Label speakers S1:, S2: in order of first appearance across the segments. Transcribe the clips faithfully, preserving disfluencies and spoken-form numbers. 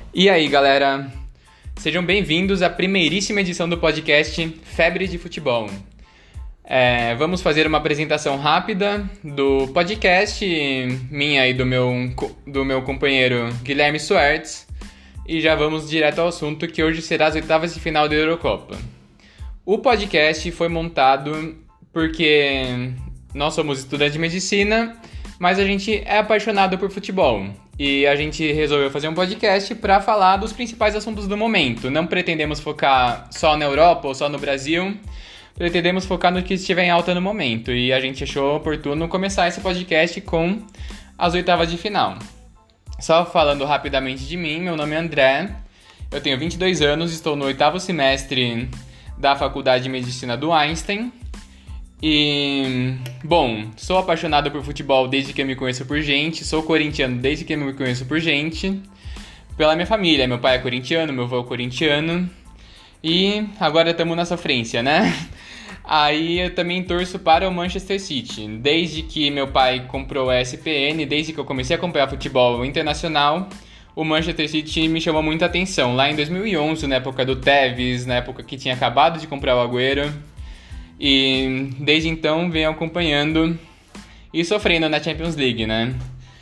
S1: E aí, galera? Sejam bem-vindos à primeiríssima edição do podcast Febre de Futebol. É, vamos fazer uma apresentação rápida do podcast, minha e do meu, do meu companheiro Guilherme Suertes, e já vamos direto ao assunto, que hoje será as oitavas de final da Eurocopa. O podcast foi montado porque nós somos estudantes de medicina, mas a gente é apaixonado por futebol. E a gente resolveu fazer um podcast para falar dos principais assuntos do momento. Não pretendemos focar só na Europa ou só no Brasil. Pretendemos focar no que estiver em alta no momento. E a gente achou oportuno começar esse podcast com as oitavas de final. Só falando rapidamente de mim, meu nome é André. Eu tenho vinte e dois anos, estou no oitavo semestre da Faculdade de Medicina do Einstein. E, bom, sou apaixonado por futebol desde que eu me conheço por gente, sou corintiano desde que eu me conheço por gente, pela minha família, meu pai é corintiano, meu avô é corintiano, e agora estamos na sofrência, né? Aí eu também torço para o Manchester City, desde que meu pai comprou a E S P N, desde que eu comecei a acompanhar futebol internacional, o Manchester City me chamou muita atenção, lá em dois mil e onze, na época do Tevez, na época que tinha acabado de comprar o Agüero. E desde então venho acompanhando e sofrendo na Champions League, né?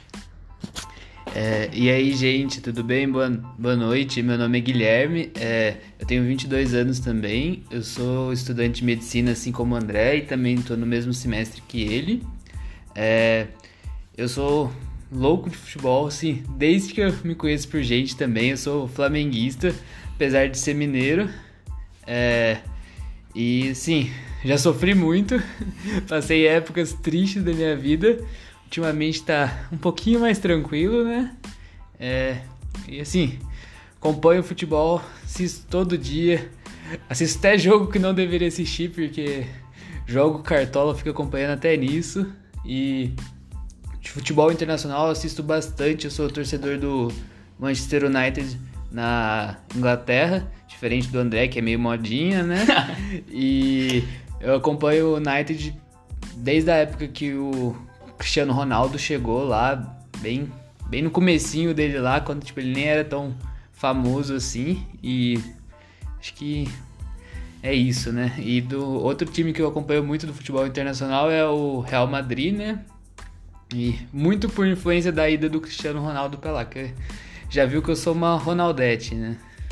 S2: É, e aí, gente, tudo bem? Boa, boa noite, meu nome é Guilherme, é, eu tenho vinte e dois anos também, eu sou estudante de medicina assim como o André e também estou no mesmo semestre que ele. É, eu sou louco de futebol, assim, desde que eu me conheço por gente também, eu sou flamenguista, apesar de ser mineiro, é, e sim... Já sofri muito, passei épocas tristes da minha vida, ultimamente tá um pouquinho mais tranquilo, né? É, e assim, acompanho o futebol, assisto todo dia, assisto até jogo que não deveria assistir, porque jogo cartola, fico acompanhando até nisso. E de futebol internacional eu assisto bastante, eu sou torcedor do Manchester United na Inglaterra, diferente do André, que é meio modinha, né? E... eu acompanho o United desde a época que o Cristiano Ronaldo chegou lá, bem, bem no comecinho dele lá, quando tipo, ele nem era tão famoso assim, e acho que é isso, né? E do outro time que eu acompanho muito do futebol internacional é o Real Madrid, né? E muito por influência da ida do Cristiano Ronaldo pra lá, que já viu que eu sou uma Ronaldete, né?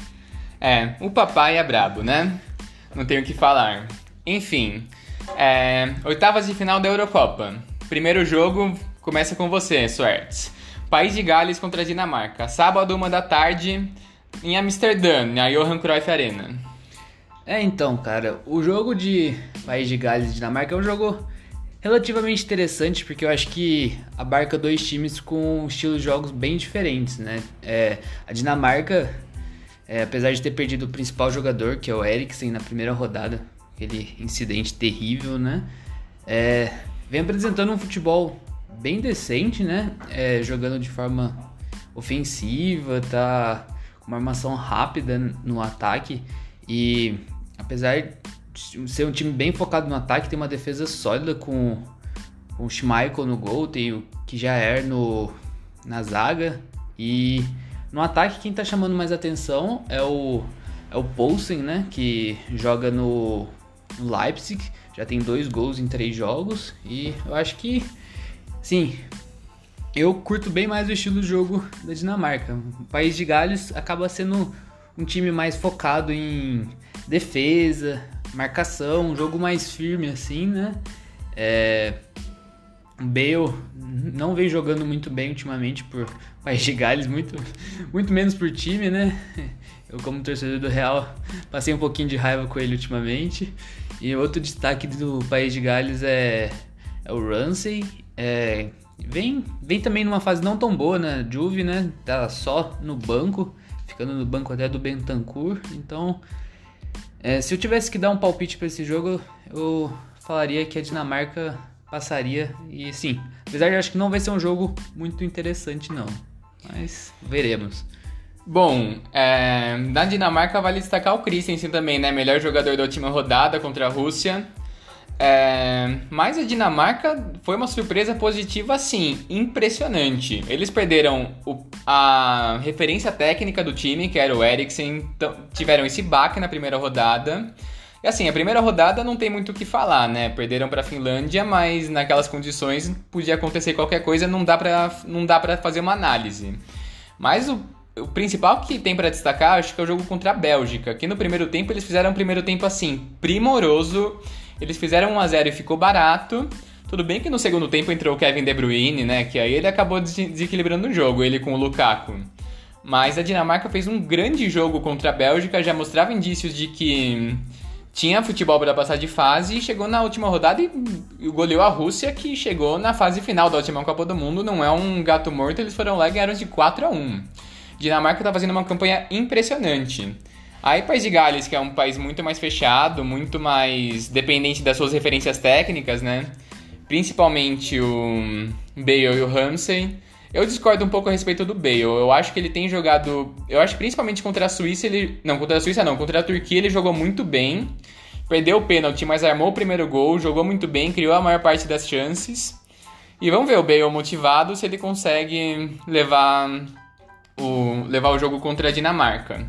S1: É, o papai é brabo, né? Não tenho o que falar. Enfim, é, oitavas de final da Eurocopa. Primeiro jogo começa com você, Suertes. País de Gales contra a Dinamarca. Sábado, uma da tarde, em Amsterdã, na Johan Cruyff Arena.
S2: É, então, cara, o jogo de País de Gales e Dinamarca é um jogo relativamente interessante, porque eu acho que abarca dois times com estilos de jogos bem diferentes, né? É, a Dinamarca, é, apesar de ter perdido o principal jogador, que é o Eriksen, na primeira rodada, aquele incidente terrível, né? É, vem apresentando um futebol bem decente, né? É, jogando de forma ofensiva, tá com uma armação rápida no ataque e apesar de ser um time bem focado no ataque, tem uma defesa sólida com, com o Schmeichel no gol, tem o Kjaer no, na zaga e no ataque quem tá chamando mais atenção é o, é o Poulsen, né? Que joga no no Leipzig, já tem dois gols em três jogos e eu acho que, sim, eu curto bem mais o estilo de jogo da Dinamarca. O País de Gales acaba sendo um time mais focado em defesa, marcação, um jogo mais firme assim, né? É... O Bale não vem jogando muito bem ultimamente por País de Gales, muito, muito menos por time, né? Eu, como torcedor do Real, passei um pouquinho de raiva com ele ultimamente. E outro destaque do País de Gales é, é o Ramsey. É, vem, vem também numa fase não tão boa, né? Juve, né? Tá só no banco, ficando no banco até do Bentancur. Então, é, se eu tivesse que dar um palpite para esse jogo, eu falaria que a Dinamarca passaria. E sim, apesar de eu acho que não vai ser um jogo muito interessante, não. Mas veremos.
S1: Bom, é, na Dinamarca vale destacar o Christensen também, né? Melhor jogador da última rodada contra a Rússia. É, mas a Dinamarca foi uma surpresa positiva, assim, impressionante. Eles perderam o, a referência técnica do time, que era o Eriksen, t- tiveram esse baque na primeira rodada. E assim, a primeira rodada não tem muito o que falar, né? Perderam para a Finlândia, mas naquelas condições podia acontecer qualquer coisa, não dá pra, não dá pra fazer uma análise. Mas o, o principal que tem para destacar, acho que é o jogo contra a Bélgica, que no primeiro tempo eles fizeram um primeiro tempo, assim, primoroso. Eles fizeram um a zero e ficou barato. Tudo bem que no segundo tempo entrou o Kevin De Bruyne, né? Que aí ele acabou des- desequilibrando o jogo, ele com o Lukaku. Mas a Dinamarca fez um grande jogo contra a Bélgica, já mostrava indícios de que tinha futebol para passar de fase e chegou na última rodada e, e goleou a Rússia, que chegou na fase final da última Copa do Mundo. Não é um gato morto, eles foram lá e ganharam de quatro a um. Dinamarca tá fazendo uma campanha impressionante. Aí País de Gales, que é um país muito mais fechado, muito mais dependente das suas referências técnicas, né? Principalmente o Bale e o Ramsey. Eu discordo um pouco a respeito do Bale. Eu acho que ele tem jogado... Eu acho que principalmente contra a Suíça, ele... Não, contra a Suíça não. Contra a Turquia ele jogou muito bem. Perdeu o pênalti, mas armou o primeiro gol. Jogou muito bem, criou a maior parte das chances. E vamos ver o Bale motivado se ele consegue levar o, levar o jogo contra a Dinamarca.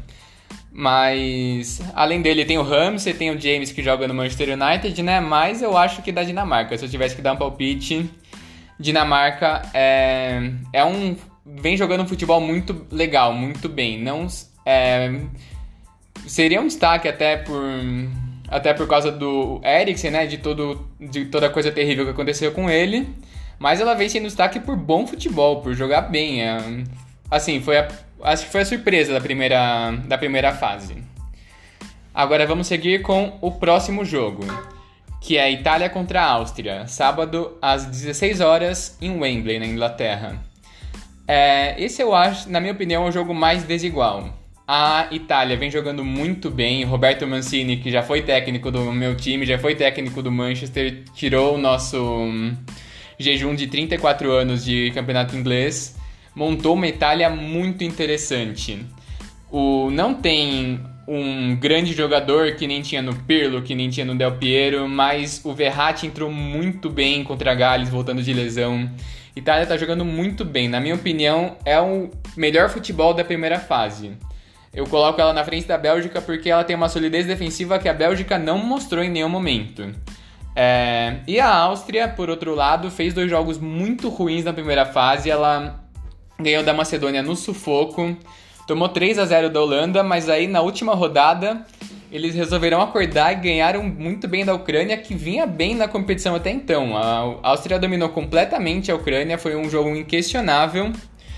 S1: Mas, além dele, tem o Ramsey, tem o James que joga no Manchester United, né? Mas eu acho que da Dinamarca. Se eu tivesse que dar um palpite, Dinamarca é, é um... vem jogando um futebol muito legal, muito bem. Não, é, seria um destaque até por, até por causa do Eriksen, né? De, todo, de toda a coisa terrível que aconteceu com ele. Mas ela vem sendo destaque por bom futebol, por jogar bem. É, assim, foi a... Acho que foi a surpresa da primeira, da primeira fase. Agora vamos seguir com o próximo jogo, que é Itália contra a Áustria, sábado às dezesseis horas em Wembley, na Inglaterra. É, esse eu acho, na minha opinião, é o jogo mais desigual. A Itália vem jogando muito bem. Roberto Mancini, que já foi técnico do meu time, já foi técnico do Manchester, tirou o nosso jejum de trinta e quatro anos de campeonato inglês. Montou uma Itália muito interessante. O, não tem um grande jogador que nem tinha no Pirlo, que nem tinha no Del Piero, mas o Verratti entrou muito bem contra a Gales, voltando de lesão. Itália está jogando muito bem. Na minha opinião, é o melhor futebol da primeira fase. Eu coloco ela na frente da Bélgica porque ela tem uma solidez defensiva que a Bélgica não mostrou em nenhum momento. É, e a Áustria, por outro lado, fez dois jogos muito ruins na primeira fase. Ela ganhou da Macedônia no sufoco, tomou três a zero da Holanda, mas aí na última rodada eles resolveram acordar e ganharam muito bem da Ucrânia, que vinha bem na competição até então. A Áustria dominou completamente a Ucrânia, foi um jogo inquestionável.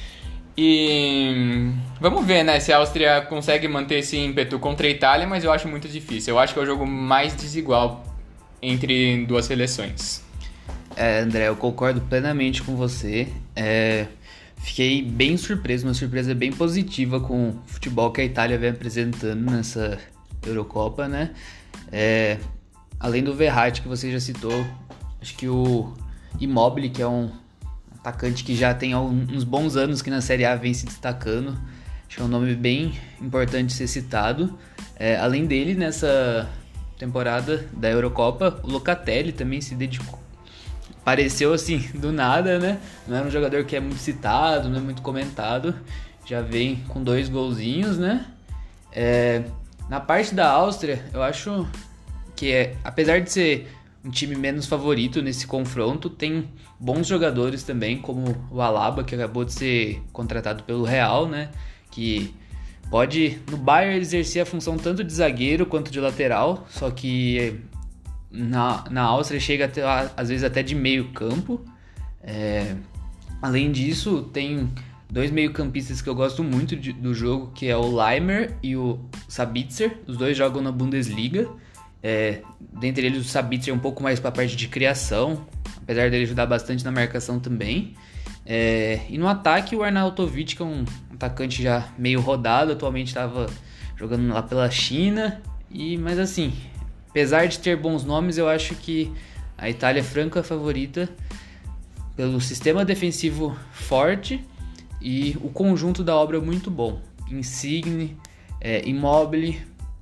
S1: E vamos ver, né, se a Áustria consegue manter esse ímpeto contra a Itália, mas eu acho muito difícil. Eu acho que é o jogo mais desigual entre duas seleções.
S2: É, André, eu concordo plenamente com você. É... Fiquei bem surpreso, uma surpresa bem positiva com o futebol que a Itália vem apresentando nessa Eurocopa, né? É, além do Verratti que você já citou, acho que o Immobile, que é um atacante que já tem uns bons anos que na Série A vem se destacando, acho que é um nome bem importante ser citado. É, além dele, nessa temporada da Eurocopa, o Locatelli também se dedicou. Apareceu assim, do nada, né? Não é um jogador que é muito citado, não é muito comentado. Já vem com dois golzinhos, né? É, na parte da Áustria, eu acho que, é, apesar de ser um time menos favorito nesse confronto, tem bons jogadores também, como o Alaba, que acabou de ser contratado pelo Real, né? Que pode, no Bayern, exercer a função tanto de zagueiro quanto de lateral, só que... Na, na Áustria chega até, às vezes até de meio campo. É, além disso, tem dois meio campistas que eu gosto muito de, do jogo, que é o Leimer e o Sabitzer. Os dois jogam na Bundesliga. É, dentre eles o Sabitzer é um pouco mais para a parte de criação, apesar dele ajudar bastante na marcação também. É, e no ataque o Arnautovic, que é um atacante já meio rodado, atualmente estava jogando lá pela China. E, mas assim... Apesar de ter bons nomes, eu acho que a Itália é franca favorita pelo sistema defensivo forte e o conjunto da obra muito bom. Insigne, é, Immobile,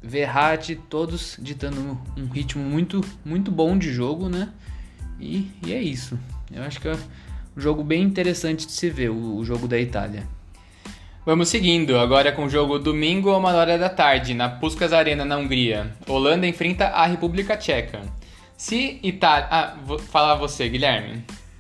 S2: Verratti, todos ditando um ritmo muito, muito bom de jogo, né? E, e é isso. Eu acho que é um jogo bem interessante de se ver, o, o jogo da Itália.
S1: Vamos seguindo, agora com o jogo domingo a uma hora da tarde, na Puskás Arena, na Hungria. Holanda enfrenta a República Tcheca. Se Itália... Ah, vou falar você, Guilherme.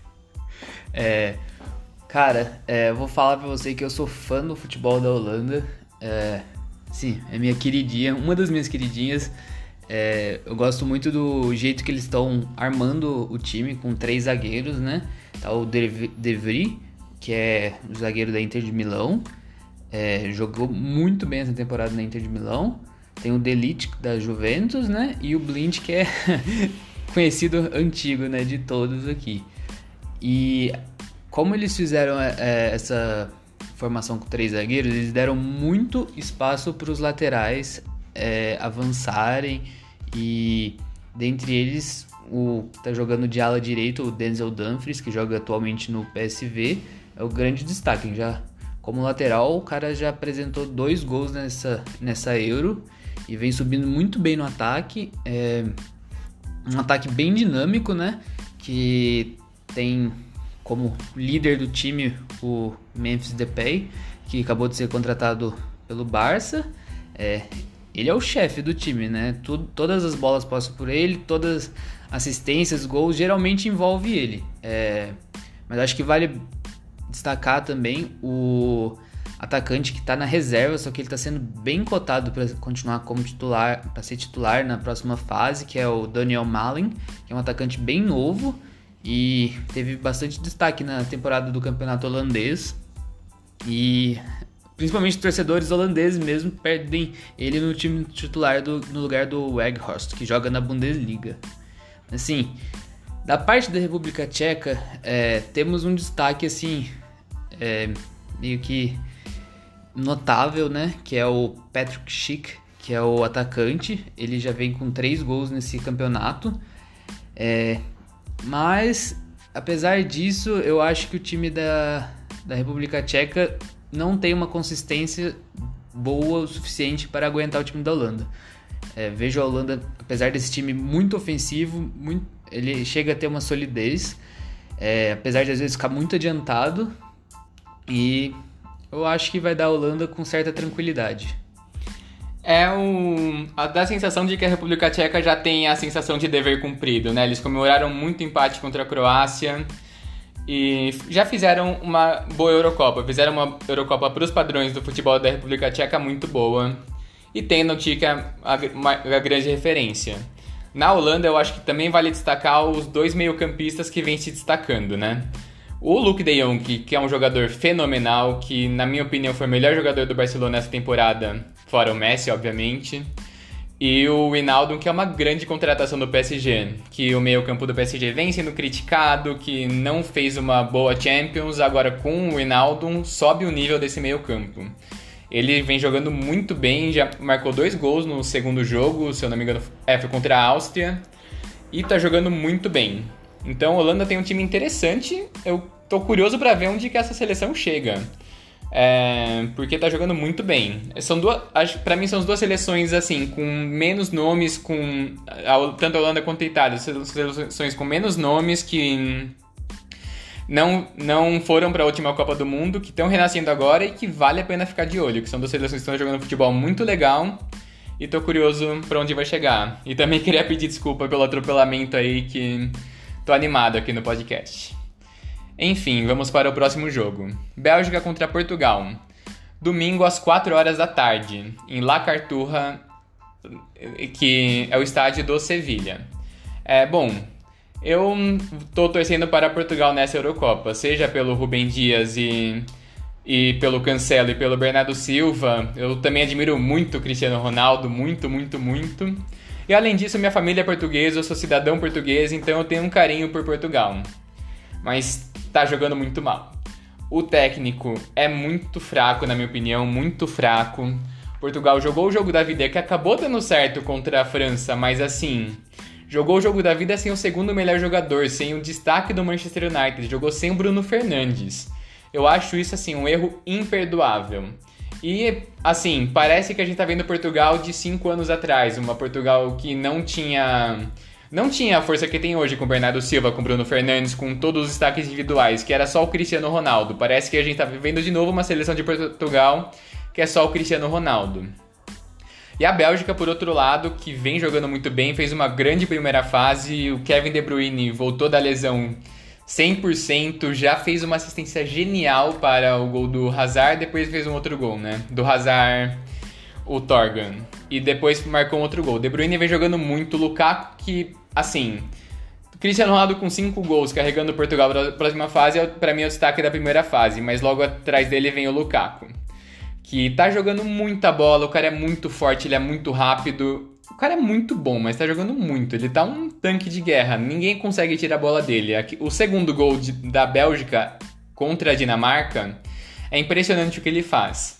S2: É... Cara, é, eu vou falar pra você que eu sou fã do futebol da Holanda. É, sim, é minha queridinha, uma das minhas queridinhas. É, eu gosto muito do jeito que eles estão armando o time com três zagueiros, né? Tá o De Vrij, que é o zagueiro da Inter de Milão. É, jogou muito bem essa temporada na Inter de Milão. Tem o De Ligt da Juventus, né? E o Blind, que é conhecido antigo, né? De todos aqui. E... como eles fizeram é, essa formação com três zagueiros, eles deram muito espaço para os laterais é, avançarem e dentre eles o que está jogando de ala direito, o Denzel Dumfries, que joga atualmente no P S V, é o grande destaque. Já como lateral, o cara já apresentou dois gols nessa, nessa Euro e vem subindo muito bem no ataque. É um ataque bem dinâmico, né? Que tem como líder do time o Memphis Depay, que acabou de ser contratado pelo Barça. É, ele é o chefe do time, né? Tudo, todas as bolas passam por ele, todas assistências, gols, geralmente envolve ele. É, mas acho que vale destacar também o atacante que está na reserva, só que ele está sendo bem cotado para continuar como titular, para ser titular na próxima fase, que é o Daniel Malin, que é um atacante bem novo e teve bastante destaque na temporada do campeonato holandês. E principalmente torcedores holandeses mesmo perdem ele no time titular do, no lugar do Weghorst, que joga na Bundesliga. Assim, da parte da República Tcheca, é, temos um destaque assim, é, meio que notável, né? Que é o Patrick Schick, que é o atacante. Ele já vem com três gols nesse campeonato. É, mas, apesar disso, eu acho que o time da, da República Tcheca não tem uma consistência boa o suficiente para aguentar o time da Holanda. É, vejo a Holanda, apesar desse time muito ofensivo, muito, ele chega a ter uma solidez, é, apesar de às vezes ficar muito adiantado, e eu acho que vai dar a Holanda com certa tranquilidade.
S1: É um, a, dá a sensação de que a República Tcheca já tem a sensação de dever cumprido, né? Eles comemoraram muito empate contra a Croácia e já fizeram uma boa Eurocopa. Fizeram uma Eurocopa para os padrões do futebol da República Tcheca muito boa e tem no Tica a, a, a grande referência. Na Holanda eu acho que também vale destacar os dois meio-campistas que vêm se destacando, né? O Luuk de Jong, que é um jogador fenomenal, que na minha opinião foi o melhor jogador do Barcelona nessa temporada, fora o Messi, obviamente. E o Wijnaldum, que é uma grande contratação do P S G, que o meio-campo do P S G vem sendo criticado, que não fez uma boa Champions, agora com o Wijnaldum sobe o nível desse meio-campo. Ele vem jogando muito bem, já marcou dois gols no segundo jogo, se eu não me engano, é, foi contra a Áustria, e tá jogando muito bem. Então a Holanda tem um time interessante, eu tô curioso para ver onde que essa seleção chega. É, porque tá jogando muito bem. São duas, acho, pra mim são as duas seleções assim, com menos nomes, com tanto a Holanda quanto a Itália, seleções com menos nomes que não, não foram para a última Copa do Mundo, que estão renascendo agora e que vale a pena ficar de olho, que são duas seleções que estão jogando futebol muito legal e tô curioso para onde vai chegar. E também queria pedir desculpa pelo atropelamento aí, que tô animado aqui no podcast. Enfim, vamos para o próximo jogo. Bélgica contra Portugal. Domingo às quatro horas da tarde, em La Cartuja, que é o estádio do Sevilha. É, bom, eu tô torcendo para Portugal nessa Eurocopa, seja pelo Rubem Dias e, e pelo Cancelo e pelo Bernardo Silva. Eu também admiro muito o Cristiano Ronaldo, muito, muito, muito. E além disso, minha família é portuguesa, eu sou cidadão português, então eu tenho um carinho por Portugal. Mas tá jogando muito mal. O técnico é muito fraco, na minha opinião, muito fraco. Portugal jogou o jogo da vida, que acabou dando certo contra a França, mas assim, jogou o jogo da vida sem o segundo melhor jogador, sem o destaque do Manchester United, jogou sem o Bruno Fernandes. Eu acho isso assim um erro imperdoável. E, assim, parece que a gente tá vendo Portugal de cinco anos atrás. Uma Portugal que não tinha... Não tinha a força que tem hoje com o Bernardo Silva, com o Bruno Fernandes, com todos os destaques individuais, que era só o Cristiano Ronaldo. Parece que a gente tá vivendo de novo uma seleção de Portugal que é só o Cristiano Ronaldo. E a Bélgica, por outro lado, que vem jogando muito bem, fez uma grande primeira fase. O Kevin De Bruyne voltou da lesão cem por cento, já fez uma assistência genial para o gol do Hazard, depois fez um outro gol, né? Do Hazard, o Torgan. E depois marcou um outro gol. De Bruyne vem jogando muito. Lukaku, que, assim... Cristiano Ronaldo com cinco gols, carregando Portugal para a próxima fase, para mim é o destaque da primeira fase. Mas logo atrás dele vem o Lukaku, que tá jogando muita bola, o cara é muito forte, ele é muito rápido. O cara é muito bom, mas tá jogando muito. Ele tá um tanque de guerra, ninguém consegue tirar a bola dele. O segundo gol de, da Bélgica contra a Dinamarca é impressionante o que ele faz.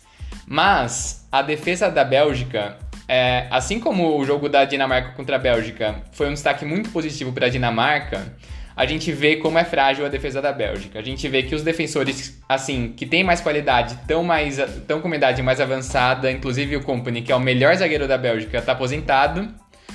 S1: Mas a defesa da Bélgica, é, assim como o jogo da Dinamarca contra a Bélgica foi um destaque muito positivo para a Dinamarca, a gente vê como é frágil a defesa da Bélgica. A gente vê que os defensores, assim, que tem mais qualidade, estão mais, tão com uma idade mais avançada, inclusive o Kompany, que é o melhor zagueiro da Bélgica, está aposentado.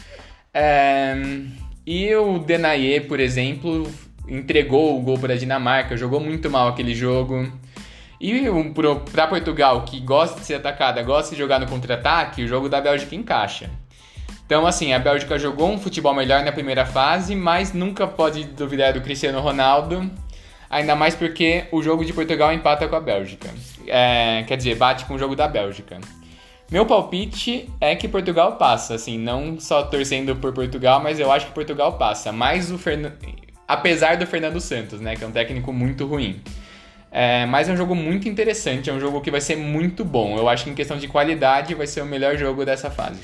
S1: É... E o Denayer, por exemplo, entregou o gol para a Dinamarca, jogou muito mal aquele jogo. E para Portugal, que gosta de ser atacada, gosta de jogar no contra-ataque, o jogo da Bélgica encaixa. Então, assim, a Bélgica jogou um futebol melhor na primeira fase, mas nunca pode duvidar do Cristiano Ronaldo, ainda mais porque o jogo de Portugal empata com a Bélgica. É, quer dizer, bate com o jogo da Bélgica. Meu palpite é que Portugal passa, assim, não só torcendo por Portugal, mas eu acho que Portugal passa. Mais o Fern... Apesar do Fernando Santos, né, que é um técnico muito ruim. É, mas é um jogo muito interessante, é um jogo que vai ser muito bom. Eu acho que em questão de qualidade vai ser o melhor jogo dessa fase.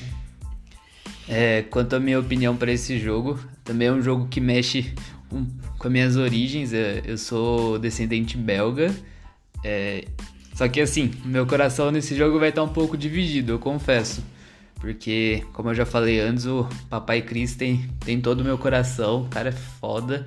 S2: É, quanto à minha opinião para esse jogo, também é um jogo que mexe um, com as minhas origens. Eu sou descendente belga, é, só que assim, meu coração nesse jogo vai estar um pouco dividido, eu confesso. Porque, como eu já falei antes, o Papai Cris tem, tem todo o meu coração, o cara é foda.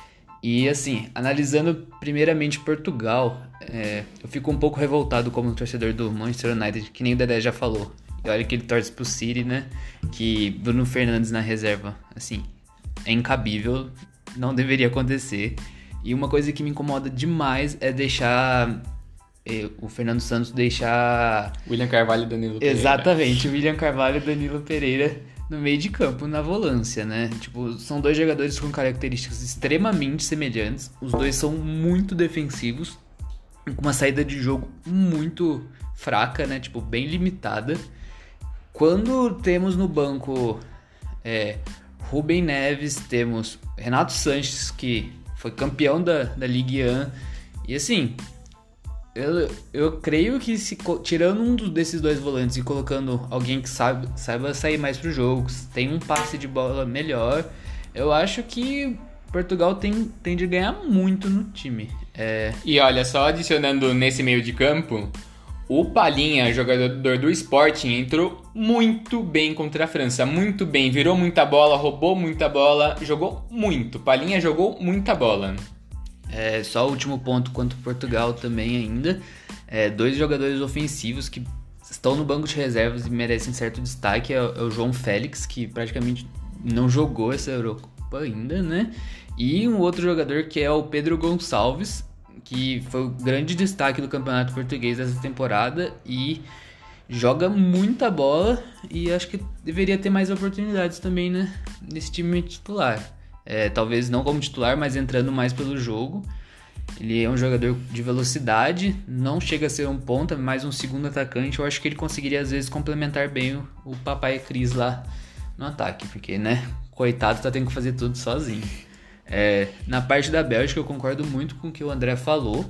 S2: E assim, analisando primeiramente Portugal, é, eu fico um pouco revoltado como torcedor do Manchester United, que nem o Dedé já falou. E olha que ele torce pro City, né? Que Bruno Fernandes na reserva, assim, é incabível, não deveria acontecer. E uma coisa que me incomoda demais é deixar... É, o Fernando Santos deixar...
S1: William Carvalho e Danilo Pereira.
S2: Exatamente, o William Carvalho e Danilo Pereira no meio de campo, na volância, né? Tipo, são dois jogadores com características extremamente semelhantes. Os dois são muito defensivos, com uma saída de jogo muito fraca, né? Tipo, bem limitada. Quando temos no banco é, Rubem Neves, temos Renato Sanches, que foi campeão da, da Ligue um. E assim, eu, eu creio que se, tirando um desses dois volantes e colocando alguém que sabe, saiba sair mais pro jogo, tem um passe de bola melhor, eu acho que Portugal tem, tem de ganhar muito no time. É...
S1: E olha, só adicionando nesse meio de campo... O Palhinha, jogador do Sporting, entrou muito bem contra a França, muito bem, virou muita bola, roubou muita bola, jogou muito. Palhinha jogou muita bola.
S2: É, só o último ponto quanto Portugal também ainda. É, dois jogadores ofensivos que estão no banco de reservas e merecem certo destaque. É, é o João Félix, que praticamente não jogou essa Eurocopa ainda, né? E um outro jogador que é o Pedro Gonçalves, que foi o grande destaque do campeonato português dessa temporada e joga muita bola e acho que deveria ter mais oportunidades também, né, nesse time titular. É, talvez não como titular, mas entrando mais pelo jogo. Ele é um jogador de velocidade, não chega a ser um ponta, mais um segundo atacante. Eu acho que ele conseguiria às vezes complementar bem o, o Papai Cris lá no ataque, porque, né, coitado, tá tendo que fazer tudo sozinho. É, na parte da Bélgica eu concordo muito com o que o André falou.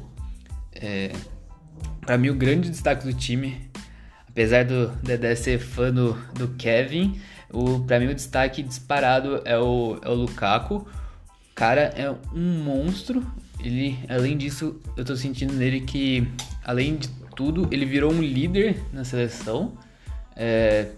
S2: É, para mim o grande destaque do time, apesar do Dedé ser fã do, do Kevin, o, pra mim o destaque disparado é o, é o Lukaku. O cara é um monstro. Ele, além disso, eu tô sentindo nele que, além de tudo, ele virou um líder na seleção. É,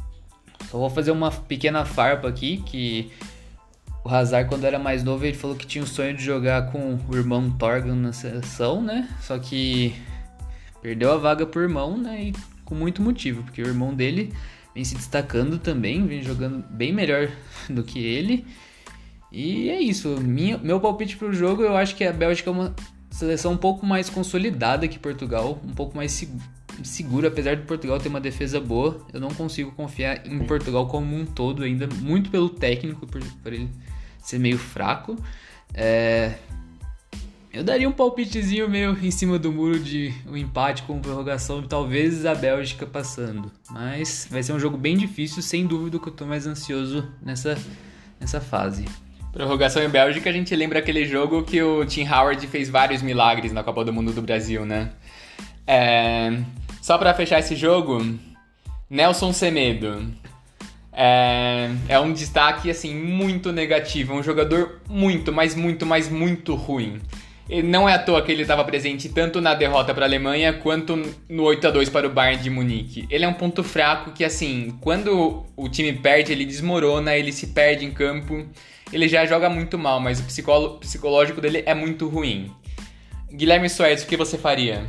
S2: só vou fazer uma pequena farpa aqui, que o Hazard, quando era mais novo, ele falou que tinha o sonho de jogar com o irmão Torgan na seleção, né? Só que perdeu a vaga pro irmão, né? E com muito motivo, porque o irmão dele vem se destacando também, vem jogando bem melhor do que ele. E é isso, minha, meu palpite pro jogo, eu acho que a Bélgica é uma seleção um pouco mais consolidada que Portugal, um pouco mais segura. seguro, apesar de Portugal ter uma defesa boa, eu não consigo confiar em Portugal como um todo ainda, muito pelo técnico, por, por ele ser meio fraco. É... Eu daria um palpitezinho meio em cima do muro de um empate com prorrogação, talvez a Bélgica passando, mas vai ser um jogo bem difícil, sem dúvida que eu tô mais ansioso nessa, nessa fase.
S1: Prorrogação em Bélgica, a gente lembra aquele jogo que o Tim Howard fez vários milagres na Copa do Mundo do Brasil, né? É... Só pra fechar esse jogo, Nelson Semedo. É... é um destaque, assim, muito negativo. Um jogador muito, mas muito, mas muito ruim. E não é à toa que ele estava presente tanto na derrota para a Alemanha quanto no oito a dois para o Bayern de Munique. Ele é um ponto fraco que, assim, quando o time perde, ele desmorona, ele se perde em campo. Ele já joga muito mal, mas o psicolo- psicológico dele é muito ruim. Guilherme Soares, o que você faria?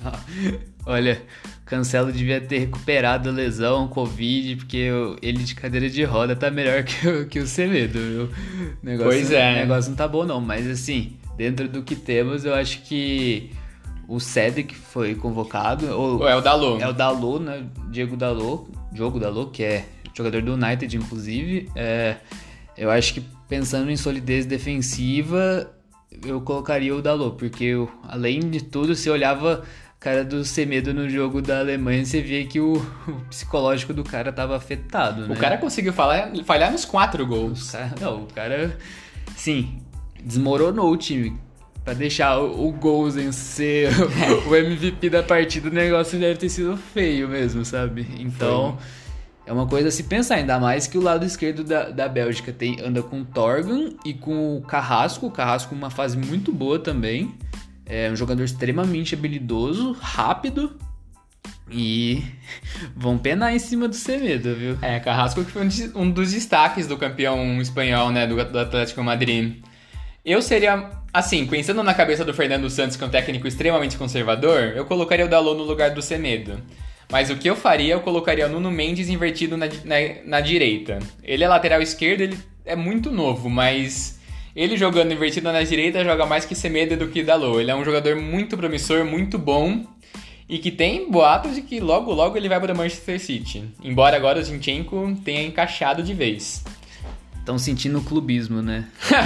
S2: Olha, Cancelo devia ter recuperado a lesão, Covid, porque ele de cadeira de roda tá melhor que o, que o Semedo, viu? O negócio,
S1: Pois é.
S2: O negócio não tá bom não, mas assim, dentro do que temos, eu acho que o Cedric foi convocado. Ou,
S1: é o Dalot.
S2: É o Dalot, né? Diego Dalot, Diogo Dalot, que é jogador do United, inclusive. É, eu acho que pensando em solidez defensiva, eu colocaria o Dalot, porque eu, além de tudo, se olhava cara do Semedo no jogo da Alemanha, você via que o, o psicológico do cara tava afetado, né?
S1: O cara conseguiu falhar, falhar nos quatro gols.
S2: O cara, não, o cara, sim, desmoronou o time. Pra deixar o, o Gozen ser o M V P da partida, o negócio deve ter sido feio mesmo, sabe? Então, foi. É uma coisa a se pensar, ainda mais que o lado esquerdo da, da Bélgica tem, anda com o Torgan e com o Carrasco. O Carrasco uma fase muito boa também. É um jogador extremamente habilidoso, rápido e vão penar em cima do Semedo, viu?
S1: É, Carrasco que foi um dos destaques do campeão espanhol, né, do, do Atlético Madrid. Eu seria, assim, pensando na cabeça do Fernando Santos, que é um técnico extremamente conservador, eu colocaria o Dalot no lugar do Semedo. Mas o que eu faria, eu colocaria o Nuno Mendes invertido na, na, na direita. Ele é lateral esquerdo, ele é muito novo, mas ele jogando invertido na direita joga mais que Semedo do que Dalot. Ele é um jogador muito promissor, muito bom e que tem boatos de que logo logo ele vai para o Manchester City. Embora agora o Zinchenko tenha encaixado de vez.
S2: Estão sentindo o clubismo, né?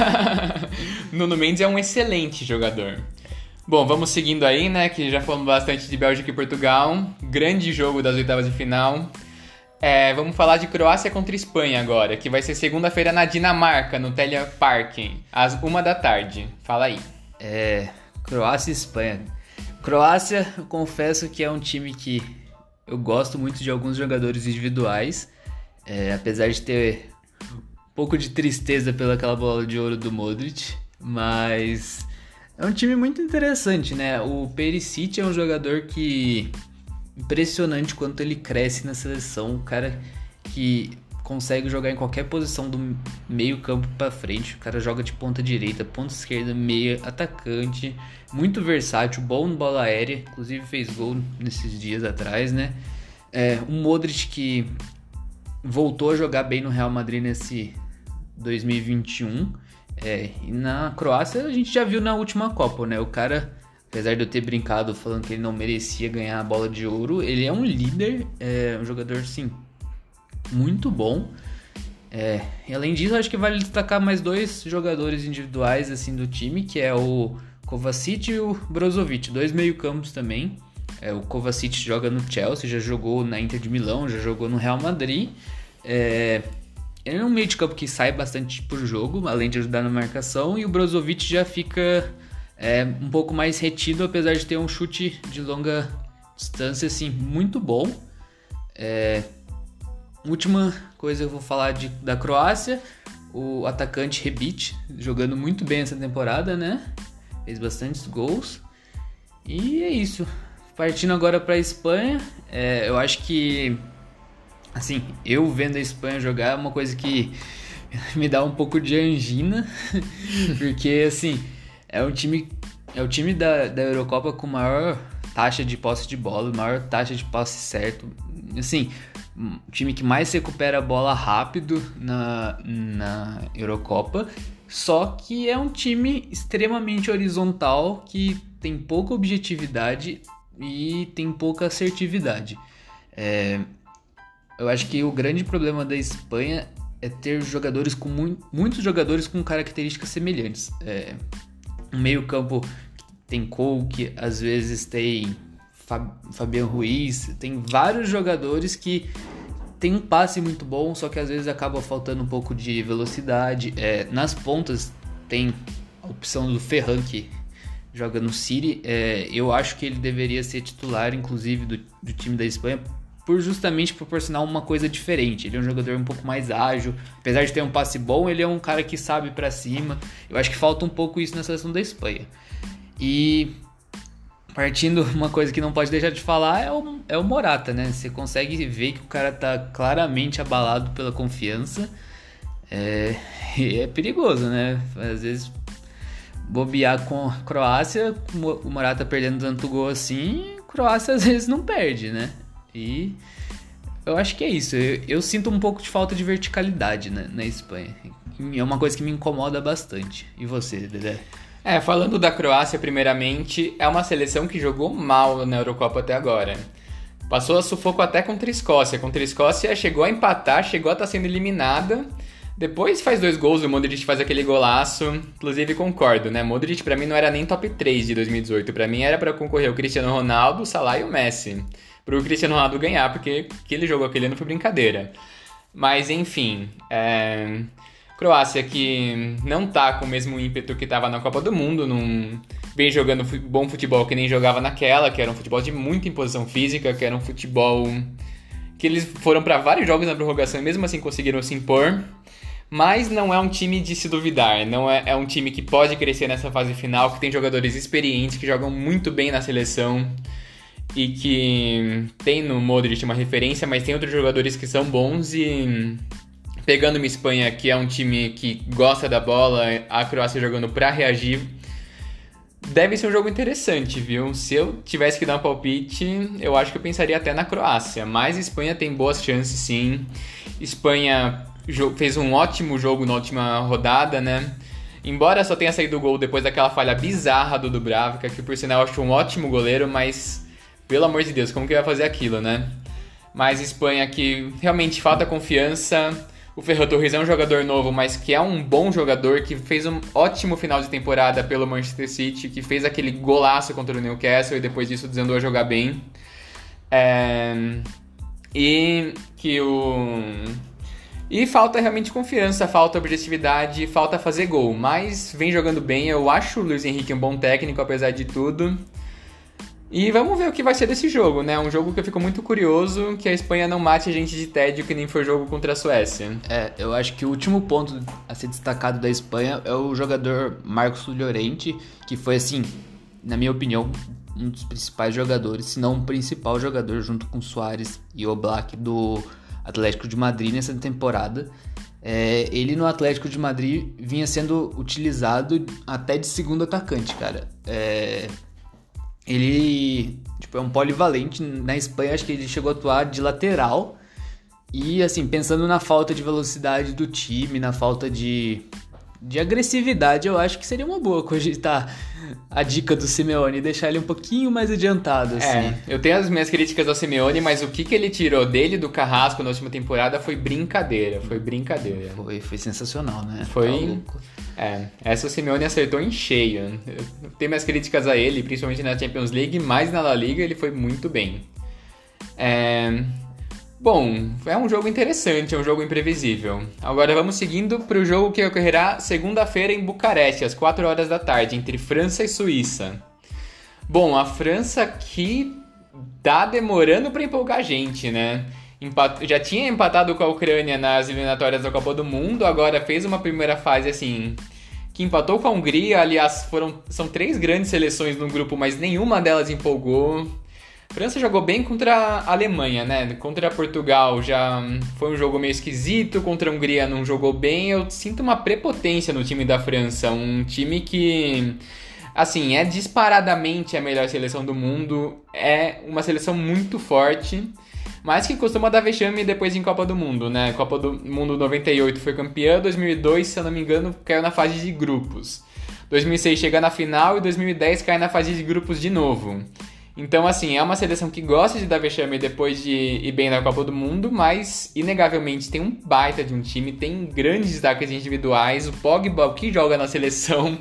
S1: Nuno Mendes é um excelente jogador. Bom, vamos seguindo aí, né? Que já falamos bastante de Bélgica e Portugal. Grande jogo das oitavas de final. É, vamos falar de Croácia contra Espanha agora, que vai ser segunda-feira na Dinamarca, no Telia Park, às uma da tarde. Fala aí.
S2: É, Croácia e Espanha. Croácia, eu confesso que é um time que eu gosto muito de alguns jogadores individuais, é, apesar de ter um pouco de tristeza pelaquela bola de ouro do Modric, mas é um time muito interessante, né? O Perisic é um jogador que impressionante quanto ele cresce na seleção, o cara que consegue jogar em qualquer posição do meio campo para frente, o cara joga de ponta direita, ponta esquerda, meia, atacante, muito versátil, bom no bola aérea, inclusive fez gol nesses dias atrás, né? É, um Modric que voltou a jogar bem no Real Madrid nesse dois mil e vinte e um, é, e na Croácia a gente já viu na última Copa, né? O cara, apesar de eu ter brincado falando que ele não merecia ganhar a bola de ouro, ele é um líder, é um jogador, sim, muito bom. É, e além disso, acho que vale destacar mais dois jogadores individuais assim do time, que é o Kovacic e o Brozovic, dois meio-campos também. É, o Kovacic joga no Chelsea, já jogou na Inter de Milão, já jogou no Real Madrid. É, ele é um meio de campo que sai bastante por jogo, além de ajudar na marcação, e o Brozovic já fica é, um pouco mais retido, apesar de ter um chute de longa distância assim, muito bom. É, última coisa eu vou falar de, da Croácia, o atacante Rebic, jogando muito bem essa temporada, né? Fez bastantes gols. E é isso. Partindo agora para a Espanha, é, eu acho que, assim, eu vendo a Espanha jogar é uma coisa que me dá um pouco de angina, porque, assim, é um time, é o time da, da Eurocopa com maior taxa de posse de bola, maior taxa de posse certo. Assim, o time que mais recupera a bola rápido na, na Eurocopa, só que é um time extremamente horizontal, que tem pouca objetividade e tem pouca assertividade. É, eu acho que o grande problema da Espanha é ter jogadores com mu- muitos jogadores com características semelhantes. É, um meio campo tem Coque, às vezes tem Fabián Ruiz, tem vários jogadores que tem um passe muito bom, só que às vezes acaba faltando um pouco de velocidade. É, nas pontas tem a opção do Ferran, que joga no City. É, eu acho que ele deveria ser titular, inclusive, do, do time da Espanha, por justamente proporcionar uma coisa diferente. Ele é um jogador um pouco mais ágil, apesar de ter um passe bom, ele é um cara que sabe pra cima. Eu acho que falta um pouco isso na seleção da Espanha. E partindo, uma coisa que não pode deixar de falar é o, é o Morata, né? Você consegue ver que o cara tá claramente abalado pela confiança. É, e é perigoso, né? Às vezes bobear com a Croácia, o Morata perdendo tanto gol assim, a Croácia às vezes não perde, né? E eu acho que é isso. Eu, eu sinto um pouco de falta de verticalidade, né, na Espanha. É uma coisa que me incomoda bastante. E você, Dedé?
S1: É, falando da Croácia, primeiramente, é uma seleção que jogou mal na Eurocopa até agora. Passou a sufoco até contra a Escócia. Contra a Escócia chegou a empatar, chegou a estar sendo eliminada. Depois faz dois gols, o Modric faz aquele golaço. Inclusive, concordo, né? Modric pra mim não era nem top três de dois mil e dezoito. Pra mim era pra concorrer o Cristiano Ronaldo, o Salah e o Messi. Pro Cristiano Ronaldo ganhar, porque aquele jogo aquele ano foi brincadeira. Mas, enfim... É... Croácia que não tá com o mesmo ímpeto que tava na Copa do Mundo, não vem jogando bom futebol que nem jogava naquela, que era um futebol de muita imposição física, que era um futebol que eles foram para vários jogos na prorrogação e mesmo assim conseguiram se impor, mas não é um time de se duvidar, não é, é um time que pode crescer nessa fase final, que tem jogadores experientes, que jogam muito bem na seleção e que tem no Modric uma referência, mas tem outros jogadores que são bons e... Pegando uma Espanha, que é um time que gosta da bola, a Croácia jogando pra reagir, deve ser um jogo interessante, viu? Se eu tivesse que dar um palpite, eu acho que eu pensaria até na Croácia. Mas a Espanha tem boas chances, sim. Espanha fez um ótimo jogo na última rodada, né? Embora só tenha saído o gol depois daquela falha bizarra do Dubravka, que por sinal eu acho um ótimo goleiro, mas pelo amor de Deus, como que vai fazer aquilo, né? Mas Espanha que realmente falta confiança. O Ferran Torres é um jogador novo, mas que é um bom jogador, que fez um ótimo final de temporada pelo Manchester City, que fez aquele golaço contra o Newcastle e depois disso desandou a jogar bem. É... E que o... E falta realmente confiança, falta objetividade, falta fazer gol. Mas vem jogando bem, eu acho o Luiz Henrique um bom técnico, apesar de tudo. E vamos ver o que vai ser desse jogo, né? Um jogo que eu fico muito curioso, que a Espanha não mate a gente de tédio, que nem foi o jogo contra a Suécia.
S2: É, eu acho que o último ponto a ser destacado da Espanha é o jogador Marcos Llorente, que foi, assim, na minha opinião, um dos principais jogadores, se não o principal jogador, junto com Suárez e Oblak, do Atlético de Madrid nessa temporada. É, ele no Atlético de Madrid vinha sendo utilizado até de segundo atacante, cara. É... Ele tipo, é um polivalente. Na Espanha, acho que ele chegou a atuar de lateral. E, assim, pensando na falta de velocidade do time, na falta de, de agressividade, eu acho que seria uma boa cogitar a dica do Simeone e deixar ele um pouquinho mais adiantado, assim.
S1: É, eu tenho as minhas críticas ao Simeone, mas o que, que ele tirou dele do Carrasco na última temporada foi brincadeira, foi brincadeira.
S2: Foi, foi sensacional, né?
S1: Foi...
S2: Tá louco.
S1: É, essa o Simeone acertou em cheio. Eu tenho minhas críticas a ele, principalmente na Champions League, mas na La Liga ele foi muito bem. É... Bom, é um jogo interessante, é um jogo imprevisível. Agora vamos seguindo para o jogo que ocorrerá segunda-feira em Bucareste, às quatro horas da tarde, entre França e Suíça. Bom, a França que tá demorando para empolgar a gente, né? Empat... Já tinha empatado com a Ucrânia nas eliminatórias da Copa do Mundo, agora fez uma primeira fase assim, que empatou com a Hungria. Aliás, foram... são três grandes seleções no grupo, mas nenhuma delas empolgou. A França jogou bem contra a Alemanha, né? Contra Portugal já foi um jogo meio esquisito, contra a Hungria não jogou bem. Eu sinto uma prepotência no time da França, um time que assim, é disparadamente a melhor seleção do mundo, é uma seleção muito forte, mas que costuma dar vexame depois em Copa do Mundo, né? Copa do Mundo noventa e oito foi campeã, dois mil e dois, se eu não me engano, caiu na fase de grupos. dois mil e seis chega na final e dois mil e dez cai na fase de grupos de novo. Então, assim, é uma seleção que gosta de dar vexame depois de ir bem na Copa do Mundo, mas, inegavelmente, tem um baita de um time, tem grandes destaques individuais. O Pogba, o que joga na seleção,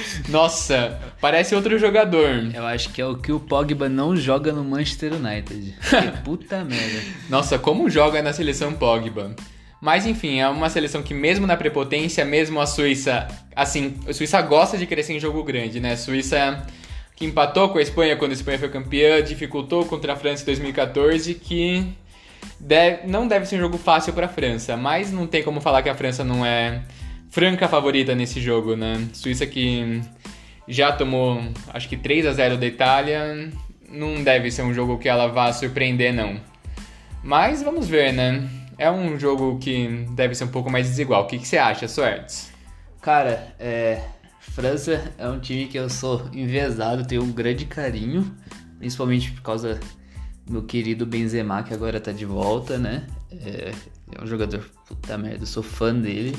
S1: nossa, parece outro jogador.
S2: Eu acho que é o que o Pogba não joga no Manchester United. Que puta merda.
S1: Nossa, como joga na seleção Pogba. Mas, enfim, é uma seleção que mesmo na prepotência, mesmo a Suíça, assim, a Suíça gosta de crescer em jogo grande, né? A Suíça que empatou com a Espanha quando a Espanha foi campeã, dificultou contra a França em dois mil e catorze, que deve, não deve ser um jogo fácil para a França, mas não tem como falar que a França não é franca favorita nesse jogo, né? Suíça que já tomou, acho que três a zero da Itália, não deve ser um jogo que ela vá surpreender, não. Mas vamos ver, né? É um jogo que deve ser um pouco mais desigual. O que, que você acha, Suertes?
S2: Cara, é... França é um time que eu sou enviesado, tenho um grande carinho, principalmente por causa do meu querido Benzema, que agora tá de volta, né? É, é um jogador, puta merda, eu sou fã dele.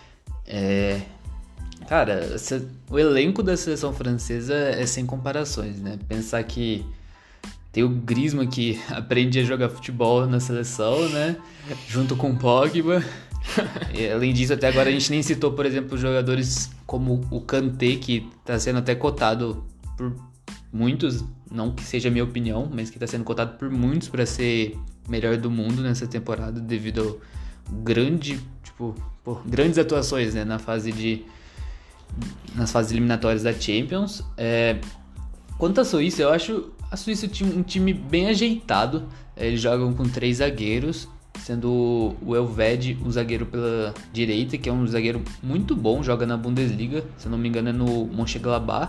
S2: É, cara, o elenco da seleção francesa é sem comparações, né? Pensar que tem o Griezmann que aprende a jogar futebol na seleção, né? Junto com o Pogba. E, além disso, até agora a gente nem citou, por exemplo, jogadores como o Kanté, que está sendo até cotado por muitos, não que seja a minha opinião, mas que está sendo cotado por muitos para ser melhor do mundo nessa temporada, devido ao grande, tipo, pô, grandes atuações, né, na fase de nas fases eliminatórias da Champions. É, quanto à Suíça, eu acho a Suíça um time bem ajeitado. Eles jogam com três zagueiros, sendo o Elvedi o zagueiro pela direita, que é um zagueiro muito bom, joga na Bundesliga, se eu não me engano é no Mönchengladbach.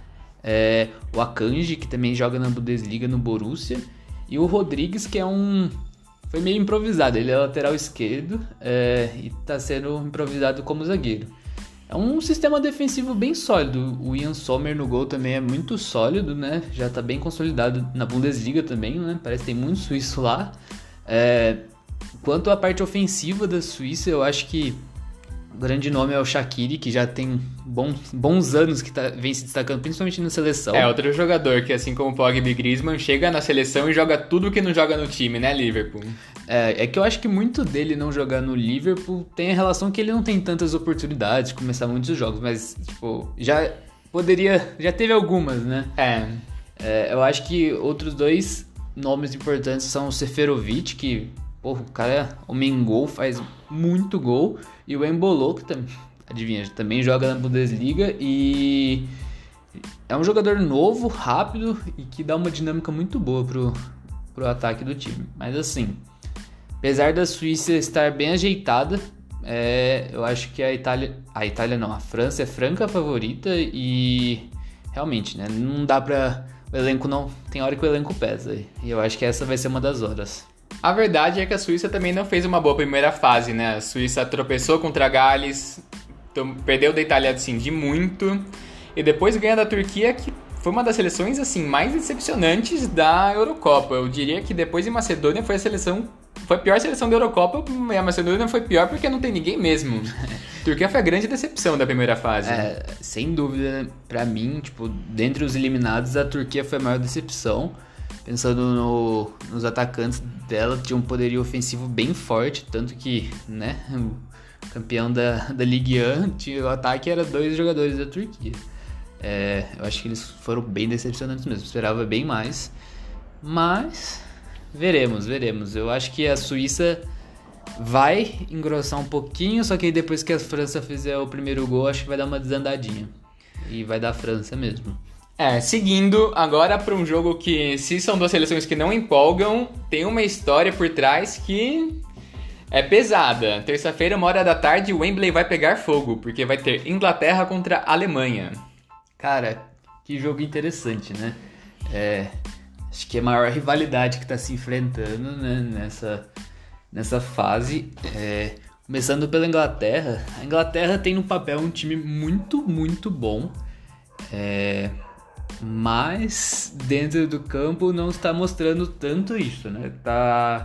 S2: É, o Akanji, que também joga na Bundesliga no Borussia, e o Rodrigues, que é um... foi meio improvisado, ele é lateral esquerdo, é, e está sendo improvisado como zagueiro. É um sistema defensivo bem sólido, o Ian Sommer no gol também é muito sólido, né? Já está bem consolidado na Bundesliga também, né? Parece que tem muito suíço lá. É, quanto à parte ofensiva da Suíça, eu acho que o grande nome é o Shaqiri, que já tem bons, bons anos que tá, vem se destacando, principalmente na seleção.
S1: É, outro jogador que, assim como o Pogba e Griezmann, chega na seleção e joga tudo que não joga no time, né, Liverpool?
S2: É, é que eu acho que muito dele não jogar no Liverpool tem a relação que ele não tem tantas oportunidades de começar muitos jogos, mas, tipo, já poderia, já teve algumas, né?
S1: É.
S2: é eu acho que outros dois nomes importantes são o Seferovic, que, porra, o cara homem gol, faz muito gol, e o Embolo, que também, adivinha, também joga na Bundesliga e é um jogador novo, rápido e que dá uma dinâmica muito boa pro, pro ataque do time. Mas assim, apesar da Suíça estar bem ajeitada, é, eu acho que a Itália, a Itália não, a França é franca favorita e realmente, né, não dá pra, o elenco não, tem hora que o elenco pesa e eu acho que essa vai ser uma das horas.
S1: A verdade é que a Suíça também não fez uma boa primeira fase, né? A Suíça tropeçou contra a Gales, perdeu da Itália, assim, de muito, e depois ganha da Turquia, que foi uma das seleções, assim, mais decepcionantes da Eurocopa. Eu diria que depois de Macedônia foi a seleção, foi a pior seleção da Eurocopa, e a Macedônia foi pior porque não tem ninguém mesmo. A Turquia foi a grande decepção da primeira fase.
S2: É, sem dúvida, pra mim, tipo, dentre os eliminados, a Turquia foi a maior decepção. Pensando no, nos atacantes dela, tinha um poderio ofensivo bem forte, tanto que, né, o campeão da, da Ligue um, tinha, o ataque era dois jogadores da Turquia. É, eu acho que eles foram bem decepcionantes mesmo, esperava bem mais, mas veremos, veremos. Eu acho que a Suíça vai engrossar um pouquinho, só que aí depois que a França fizer o primeiro gol, acho que vai dar uma desandadinha, e vai dar a França mesmo.
S1: É, seguindo agora para um jogo que, se são duas seleções que não empolgam, tem uma história por trás que é pesada. Terça-feira, uma hora da tarde, o Wembley vai pegar fogo, porque vai ter Inglaterra contra a Alemanha.
S2: Cara, que jogo interessante, né? É, acho que é a maior rivalidade que está se enfrentando, né, nessa, nessa fase. É, começando pela Inglaterra. A Inglaterra tem no papel um time muito, muito bom. É, mas dentro do campo não está mostrando tanto isso, né? Tá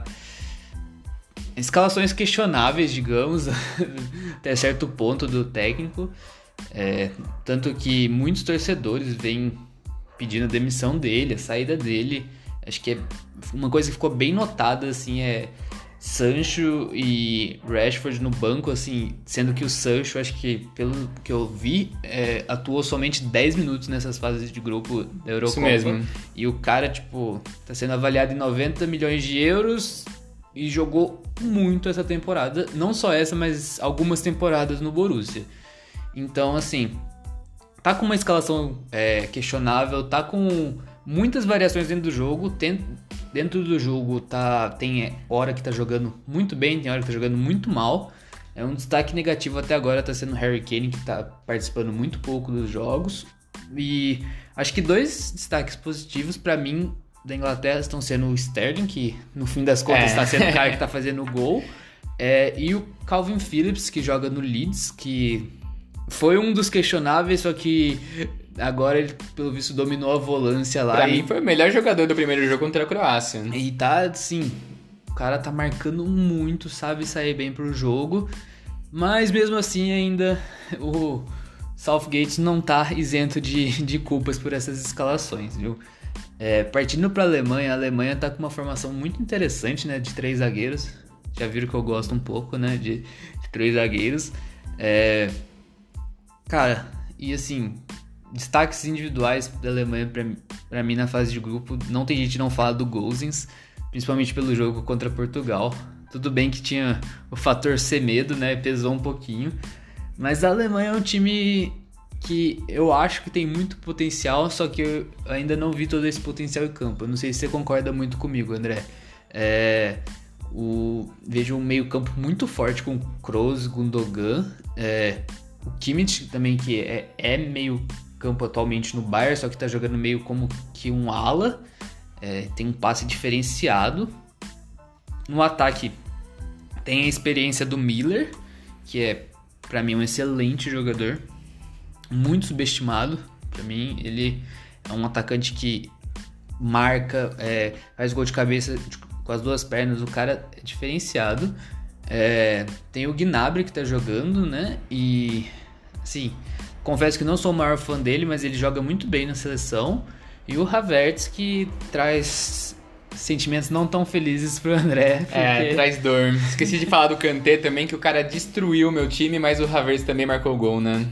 S2: escalações questionáveis, digamos, até certo ponto do técnico. É, tanto que muitos torcedores vêm pedindo a demissão dele, a saída dele. Acho que é uma coisa que ficou bem notada, assim, é Sancho e Rashford no banco, assim, sendo que o Sancho, acho que pelo que eu vi, é, atuou somente dez minutos nessas fases de grupo da Eurocopa.
S1: Isso mesmo.
S2: E o cara, tipo, tá sendo avaliado em noventa milhões de euros e jogou muito essa temporada. Não só essa, mas algumas temporadas no Borussia. Então, assim, tá com uma escalação é, questionável, tá com muitas variações dentro do jogo. Tem, dentro do jogo tá, tem hora que tá jogando muito bem, tem hora que tá jogando muito mal. É um destaque negativo até agora tá sendo o Harry Kane, que tá participando muito pouco dos jogos. E acho que dois destaques positivos pra mim da Inglaterra estão sendo o Sterling, que no fim das contas está é. sendo o cara que tá fazendo o gol, é, e o Calvin Phillips, que joga no Leeds, que foi um dos questionáveis, só que agora ele, pelo visto, dominou a volância lá.
S1: Pra
S2: e...
S1: mim foi o melhor jogador do primeiro jogo contra a Croácia.
S2: E tá, assim, o cara tá marcando muito, sabe sair bem pro jogo, mas mesmo assim ainda o Southgate não tá isento de, de culpas por essas escalações, viu? É, partindo pra Alemanha, a Alemanha tá com uma formação muito interessante, né, de três zagueiros. Já viram que eu gosto um pouco, né, de, de três zagueiros. É... Cara, e assim, destaques individuais da Alemanha pra, pra mim na fase de grupo, não tem gente que não fala do Gosens, principalmente pelo jogo contra Portugal. Tudo bem que tinha o fator Semedo, né, pesou um pouquinho, mas a Alemanha é um time que eu acho que tem muito potencial, só que eu ainda não vi todo esse potencial em campo. Eu não sei se você concorda muito comigo, André. É... O... Vejo um meio campo muito forte com Kroos, Gundogan, é... o Kimmich também, que é, é meio campo atualmente no Bayern, só que tá jogando meio como que um ala, é... tem um passe diferenciado. No ataque tem a experiência do Miller, que é pra mim um excelente jogador, muito subestimado. Pra mim ele é um atacante que marca, é... faz gol de cabeça com as duas pernas, o cara é diferenciado. É, tem o Gnabry que tá jogando, né? E assim, confesso que não sou o maior fã dele, mas ele joga muito bem na seleção. E o Havertz, que traz sentimentos não tão felizes pro André. Porque...
S1: É, traz dor. Esqueci de falar do Kanté também, que o cara destruiu o meu time, mas o Havertz também marcou o gol, né?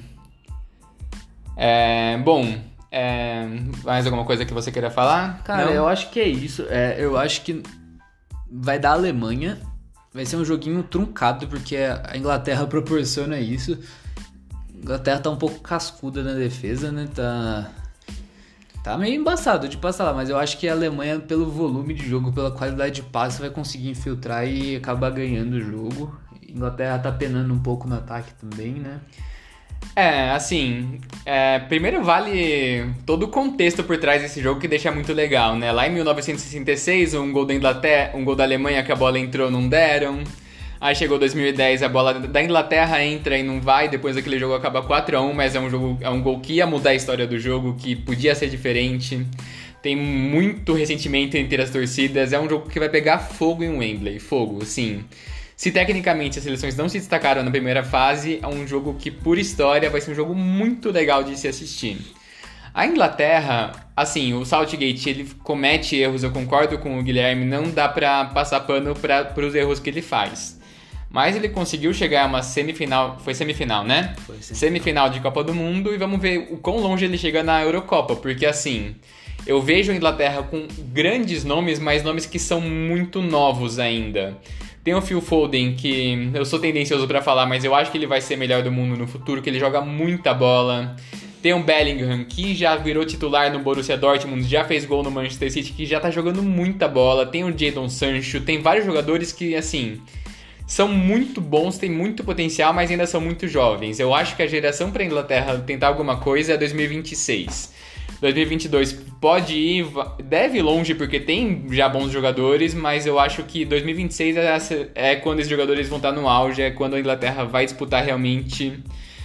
S1: É, bom, é, mais alguma coisa que você queira falar?
S2: Cara,
S1: não?
S2: eu acho que é isso. É, eu acho que vai dar a Alemanha. Vai ser um joguinho truncado, porque a Inglaterra proporciona isso. A Inglaterra tá um pouco cascuda na defesa, né? Tá, tá meio embaçado de passar lá, mas eu acho que a Alemanha, pelo volume de jogo, pela qualidade de passe, vai conseguir infiltrar e acabar ganhando o jogo. A Inglaterra tá penando um pouco no ataque também, né?
S1: É, assim, é, primeiro vale todo o contexto por trás desse jogo que deixa muito legal, né? Lá em mil novecentos e sessenta e seis, um gol da Inglaterra, um gol da Alemanha que a bola entrou, não deram. Aí chegou dois mil e dez, a bola da Inglaterra entra e não vai, depois aquele jogo acaba quatro a um, mas é um, jogo, é um gol que ia mudar a história do jogo, que podia ser diferente. Tem muito ressentimento entre as torcidas, é um jogo que vai pegar fogo em Wembley, fogo, assim... Se tecnicamente as seleções não se destacaram na primeira fase, é um jogo que, por história, vai ser um jogo muito legal de se assistir. A Inglaterra, assim, o Southgate, ele comete erros, eu concordo com o Guilherme, não dá pra passar pano para os erros que ele faz. Mas ele conseguiu chegar a uma semifinal, foi semifinal, né?
S2: Foi sim.
S1: Semifinal de Copa do Mundo, e vamos ver o quão longe ele chega na Eurocopa, porque assim... Eu vejo a Inglaterra com grandes nomes, mas nomes que são muito novos ainda. Tem o Phil Foden, que eu sou tendencioso pra falar, mas eu acho que ele vai ser melhor do mundo no futuro, que ele joga muita bola. Tem o Bellingham, que já virou titular no Borussia Dortmund, já fez gol no Manchester City, que já tá jogando muita bola. Tem o Jadon Sancho, tem vários jogadores que, assim, são muito bons, têm muito potencial, mas ainda são muito jovens. Eu acho que a geração pra Inglaterra tentar alguma coisa é dois mil e vinte e seis. dois mil e vinte e dois pode ir, deve ir longe porque tem já bons jogadores, mas eu acho que dois mil e vinte e seis é, é quando esses jogadores vão estar no auge, é quando a Inglaterra vai disputar realmente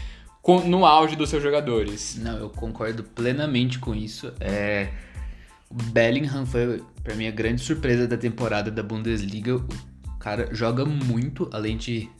S1: no auge dos seus jogadores.
S2: Não, eu concordo plenamente com isso. É... O Bellingham foi, pra mim, a grande surpresa da temporada da Bundesliga. O cara joga muito, além de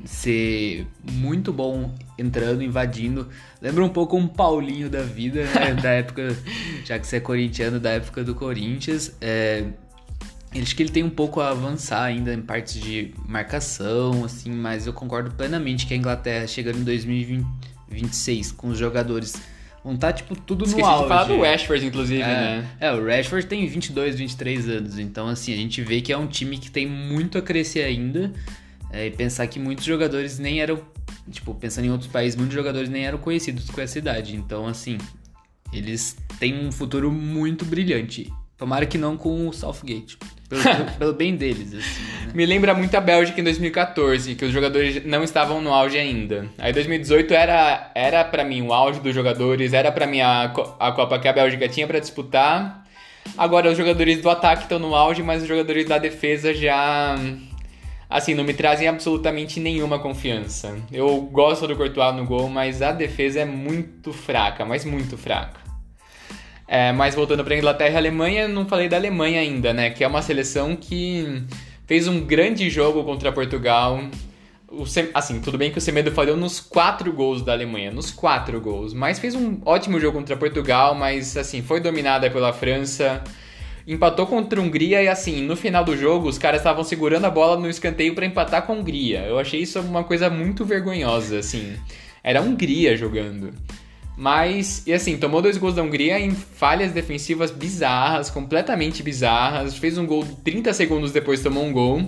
S2: ser muito bom entrando, invadindo. Lembra um pouco um Paulinho da vida, né? Da época, já que você é corintiano, da época do Corinthians. É... Acho que ele tem um pouco a avançar ainda em partes de marcação, assim, mas eu concordo plenamente que a Inglaterra, chegando em dois mil e vinte e seis, com os jogadores... Vão tá, tipo, tudo
S1: Esqueci
S2: no auge.
S1: de falar do Rashford, inclusive,
S2: é,
S1: né?
S2: É, o Rashford tem vinte e dois, vinte e três anos. Então, assim, a gente vê que é um time que tem muito a crescer ainda. É, e pensar que muitos jogadores nem eram... Tipo, pensando em outros países, muitos jogadores nem eram conhecidos com essa idade. Então, assim, eles têm um futuro muito brilhante. Tomara que não com o Southgate. Pelo, pelo, pelo bem deles, assim, né?
S1: Me lembra muito a Bélgica em dois mil e catorze, que os jogadores não estavam no auge ainda. Aí dois mil e dezoito era, era pra mim o auge dos jogadores, era pra mim a, a Copa que a Bélgica tinha pra disputar. Agora os jogadores do ataque estão no auge, mas os jogadores da defesa já... Assim, não me trazem absolutamente nenhuma confiança. Eu gosto do Courtois no gol, mas a defesa é muito fraca, mas muito fraca. É, mas voltando para Inglaterra e Alemanha, não falei da Alemanha ainda, né? Que é uma seleção que fez um grande jogo contra Portugal. O Sem... Assim, tudo bem que o Semedo falhou nos quatro gols da Alemanha, nos quatro gols. Mas fez um ótimo jogo contra Portugal, mas assim, foi dominada pela França. Empatou contra a Hungria e assim, no final do jogo, os caras estavam segurando a bola no escanteio para empatar com a Hungria. Eu achei isso uma coisa muito vergonhosa, assim. Era a Hungria jogando. Mas, e assim, tomou dois gols da Hungria em falhas defensivas bizarras, completamente bizarras. Fez um gol trinta segundos depois, tomou um gol.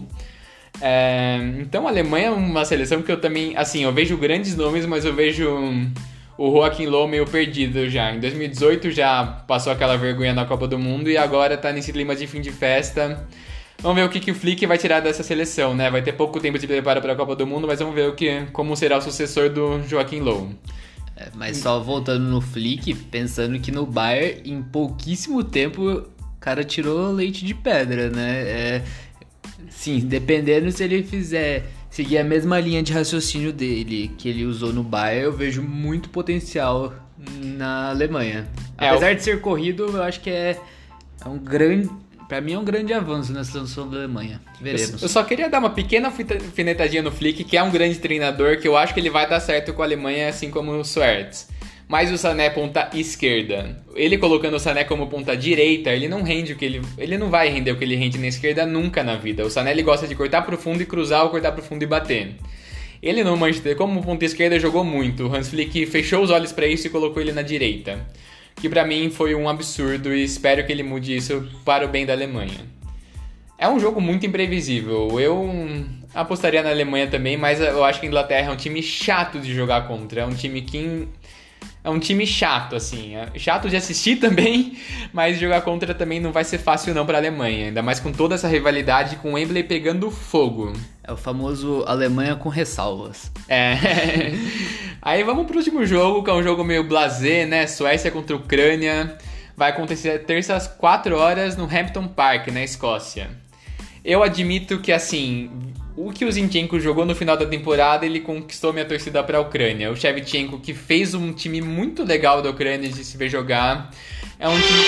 S1: É, então a Alemanha é uma seleção que eu também, assim, eu vejo grandes nomes, mas eu vejo o Joachim Löw meio perdido já. Em dois mil e dezoito já passou aquela vergonha na Copa do Mundo e agora tá nesse clima de fim de festa. Vamos ver o que, que o Flick vai tirar dessa seleção, né? Vai ter pouco tempo de preparo para a Copa do Mundo, mas vamos ver o que, como será o sucessor do Joachim Löw.
S2: É, mas só voltando no Flick, pensando que no Bayern, em pouquíssimo tempo, o cara tirou leite de pedra, né? É, sim, dependendo se ele fizer seguir a mesma linha de raciocínio dele que ele usou no Bayern, eu vejo muito potencial na Alemanha.
S1: É,
S2: Apesar
S1: o...
S2: de ser corrido, eu acho que é, é um grande... Pra mim é um grande avanço na seleção da Alemanha. Veremos.
S1: Eu só queria dar uma pequena alfinetadinha no Flick, que é um grande treinador, que eu acho que ele vai dar certo com a Alemanha, assim como o Suárez. Mas o Sané é ponta esquerda. Ele colocando o Sané como ponta direita, ele não rende o que ele... Ele não vai render o que ele rende na esquerda nunca na vida. O Sané, ele gosta de cortar pro fundo e cruzar, ou cortar pro fundo e bater. Ele no Manchester, como ponta esquerda, jogou muito. O Hans Flick fechou os olhos pra isso e colocou ele na direita. Que pra mim foi um absurdo e espero que ele mude isso para o bem da Alemanha. É um jogo muito imprevisível. Eu apostaria na Alemanha também, mas eu acho que a Inglaterra é um time chato de jogar contra. É um time que... É um time chato, assim. É chato de assistir também, mas jogar contra também não vai ser fácil não pra Alemanha. Ainda mais com toda essa rivalidade, com o Wembley pegando fogo.
S2: É o famoso Alemanha com ressalvas.
S1: É. Aí vamos pro último jogo, que é um jogo meio blasé, né? Suécia contra a Ucrânia. Vai acontecer terça às quatro horas no Hampton Park, na Escócia. Eu admito que, assim, o que o Zinchenko jogou no final da temporada, ele conquistou minha torcida para a Ucrânia. O Shevchenko, que fez um time muito legal da Ucrânia de se ver jogar. É um time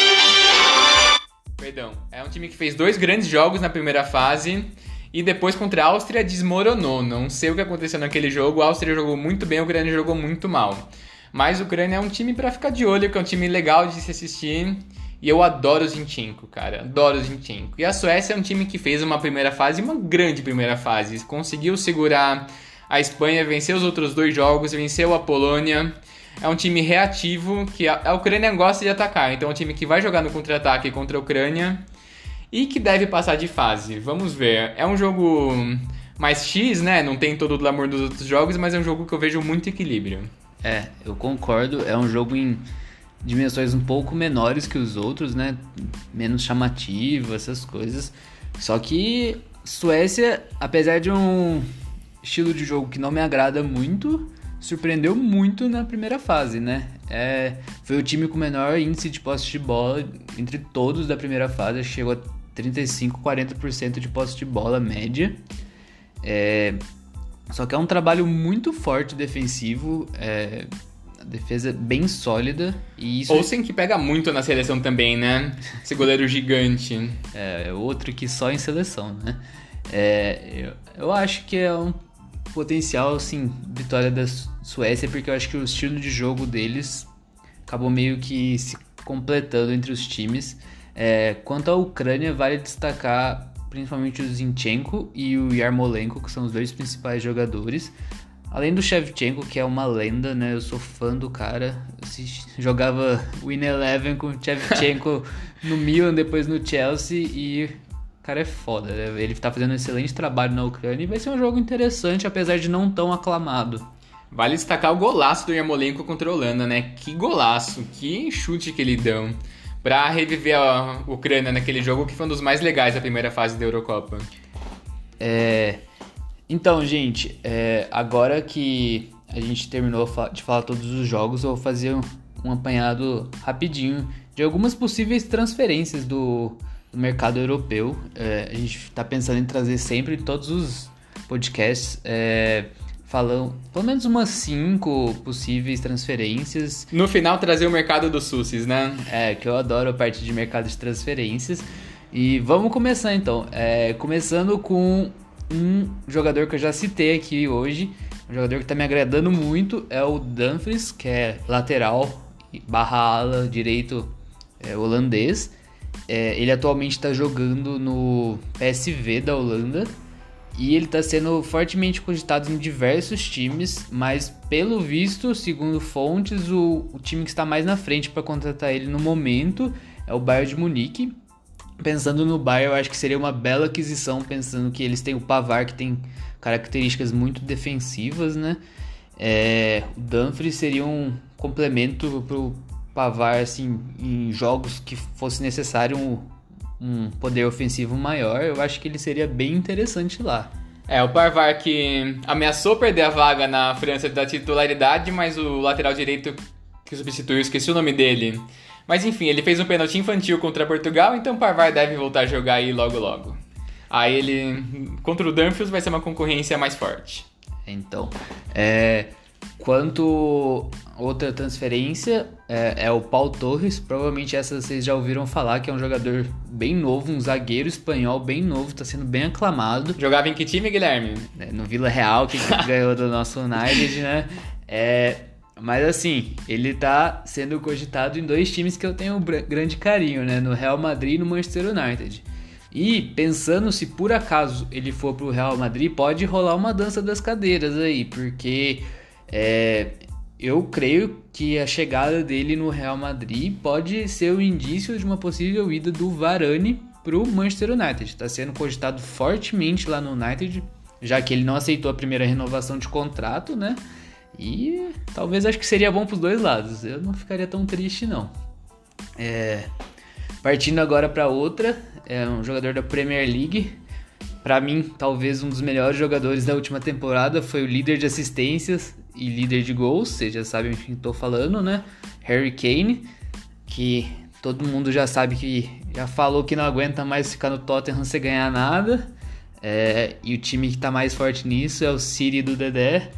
S1: que... Perdão. É um time que fez dois grandes jogos na primeira fase e depois contra a Áustria desmoronou. Não sei o que aconteceu naquele jogo. A Áustria jogou muito bem, a Ucrânia jogou muito mal. Mas a Ucrânia é um time para ficar de olho, que é um time legal de se assistir. E eu adoro o Zinchenko, cara. Adoro o Zinchenko. E a Suécia é um time que fez uma primeira fase, uma grande primeira fase. Conseguiu segurar a Espanha, venceu os outros dois jogos, venceu a Polônia. É um time reativo, que a Ucrânia gosta de atacar. Então é um time que vai jogar no contra-ataque contra a Ucrânia e que deve passar de fase. Vamos ver. É um jogo mais X, né? Não tem todo o glamour dos outros jogos, mas é um jogo que eu vejo muito equilíbrio.
S2: É, eu concordo. É um jogo em dimensões um pouco menores que os outros, né? Menos chamativo, essas coisas. Só que Suécia, apesar de um estilo de jogo que não me agrada muito, surpreendeu muito na primeira fase, né? É, foi o time com o menor índice de posse de bola entre todos da primeira fase. Chegou a trinta e cinco, quarenta por cento de posse de bola média. É, Só que é um trabalho muito forte defensivo, é, a defesa é bem sólida. E isso
S1: Olsen que pega muito na seleção também, né? Esse goleiro gigante.
S2: é, é outro que só em seleção, né? É, eu, eu acho que é um potencial, assim, vitória da Suécia, porque eu acho que o estilo de jogo deles acabou meio que se completando entre os times. É, quanto à Ucrânia, vale destacar principalmente o Zinchenko e o Yarmolenko, que são os dois principais jogadores. Além do Shevchenko, que é uma lenda, né? Eu sou fã do cara. Eu jogava Win Eleven com o Shevchenko no Milan, depois no Chelsea, e o cara é foda, né? Ele tá fazendo um excelente trabalho na Ucrânia e vai ser um jogo interessante, apesar de não tão aclamado.
S1: Vale destacar o golaço do Yarmolenko contra a Holanda, né? Que golaço, que chute que ele deu pra reviver a Ucrânia naquele jogo, que foi um dos mais legais da primeira fase da Eurocopa.
S2: É... Então, gente, é... agora que a gente terminou de falar todos os jogos, eu vou fazer um, um apanhado rapidinho de algumas possíveis transferências do, do mercado europeu. É... A gente tá pensando em trazer sempre em todos os podcasts... É... Falam pelo menos umas cinco possíveis transferências.
S1: No final, trazer o mercado dos Sussis, né?
S2: É, que eu adoro a parte de mercado de transferências. E vamos começar então. É, começando com um jogador que eu já citei aqui hoje. Um jogador que está me agradando muito é o Dumfries, que é lateral barra ala direito é, holandês. É, ele atualmente está jogando no P S V da Holanda. E ele está sendo fortemente cogitado em diversos times, mas pelo visto, segundo fontes, o, o time que está mais na frente para contratar ele no momento é o Bayern de Munique. Pensando no Bayern, eu acho que seria uma bela aquisição, pensando que eles têm o Pavard, que tem características muito defensivas, né? É, o Dumfries seria um complemento para o Pavard, assim, em jogos que fosse necessário um um poder ofensivo maior. Eu acho que ele seria bem interessante lá.
S1: É, o Pavard que ameaçou perder a vaga na França da titularidade, mas o lateral direito que substituiu, esqueci o nome dele. Mas enfim, ele fez um pênalti infantil contra Portugal, então o Pavard deve voltar a jogar aí logo logo. Aí ele, contra o Dumfries, vai ser uma concorrência mais forte.
S2: Então, é... Quanto outra transferência é, é o Pau Torres, provavelmente essa vocês já ouviram falar, que é um jogador bem novo, um zagueiro espanhol bem novo, está sendo bem aclamado.
S1: Jogava em que time, Guilherme?
S2: É, no Vila Real, que ganhou do nosso United, né? É, mas assim, ele tá sendo cogitado em dois times que eu tenho um grande carinho, né? No Real Madrid e no Manchester United. E pensando se por acaso ele for pro Real Madrid, pode rolar uma dança das cadeiras aí, porque... É, eu creio que a chegada dele no Real Madrid pode ser o indício de uma possível ida do Varane para o Manchester United. Está sendo cogitado fortemente lá no United, já que ele não aceitou a primeira renovação de contrato, né? E talvez acho que seria bom para os dois lados. Eu não ficaria tão triste, não. É, partindo agora para outra, é um jogador da Premier League. Para mim, talvez um dos melhores jogadores da última temporada, foi o líder de assistências e líder de gols, vocês já sabem o que estou falando, né? Harry Kane, que todo mundo já sabe que já falou que não aguenta mais ficar no Tottenham sem ganhar nada. É, e o time que está mais forte nisso é o City do Dedé.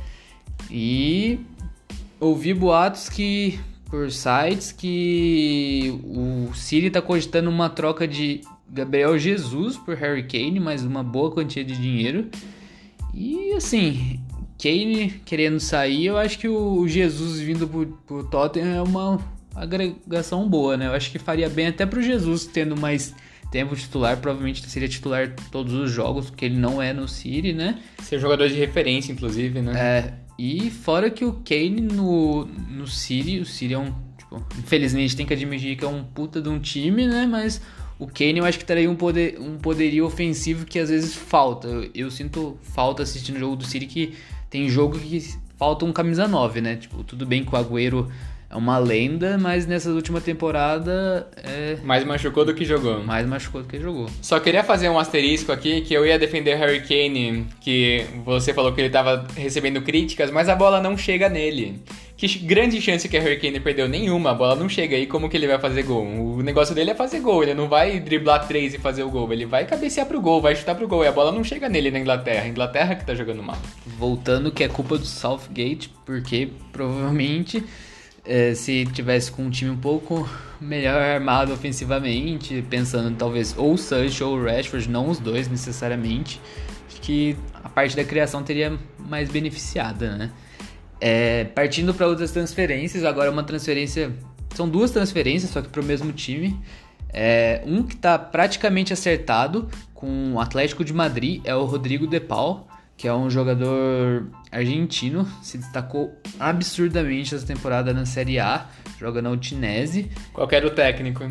S2: E ouvi boatos que, por sites, que o City está cogitando uma troca de Gabriel Jesus por Harry Kane, mais uma boa quantia de dinheiro. E assim, Kane querendo sair, eu acho que o Jesus vindo pro, pro Tottenham é uma agregação boa, né? Eu acho que faria bem até pro Jesus tendo mais tempo titular, provavelmente seria titular todos os jogos, porque ele não é no City, né?
S1: Ser jogador de referência, inclusive, né?
S2: É, e fora que o Kane no, no City, o City é um, tipo, infelizmente tem que admitir que é um puta de um time, né? Mas o Kane eu acho que teria um, poder, um poderio ofensivo que às vezes falta. Eu, eu sinto falta assistindo o jogo do City, que tem jogo que falta um camisa nove, né? Tipo, tudo bem que o Agüero é uma lenda, mas nessa última temporada é...
S1: mais machucou do que jogou.
S2: Mais machucou do que jogou.
S1: Só queria fazer um asterisco aqui, que eu ia defender Harry Kane, que você falou que ele estava recebendo críticas, mas a bola não chega nele. Que grande chance que a Harry Kane perdeu? Nenhuma, a bola não chega aí, como que ele vai fazer gol? O negócio dele é fazer gol, ele não vai driblar três e fazer o gol, ele vai cabecear pro gol, vai chutar pro gol, e a bola não chega nele na Inglaterra, a Inglaterra que tá jogando mal.
S2: Voltando que é culpa do Southgate, porque provavelmente é, se tivesse com um time um pouco melhor armado ofensivamente, pensando talvez ou o Sancho ou o Rashford, não os dois necessariamente, acho que a parte da criação teria mais beneficiada, né? É, partindo para outras transferências, agora uma transferência, são duas transferências, só que para o mesmo time. É, um que está praticamente acertado com o Atlético de Madrid é o Rodrigo De Paul, que é um jogador argentino, se destacou absurdamente essa temporada na Série A, joga na Udinese.
S1: Qual que era o técnico?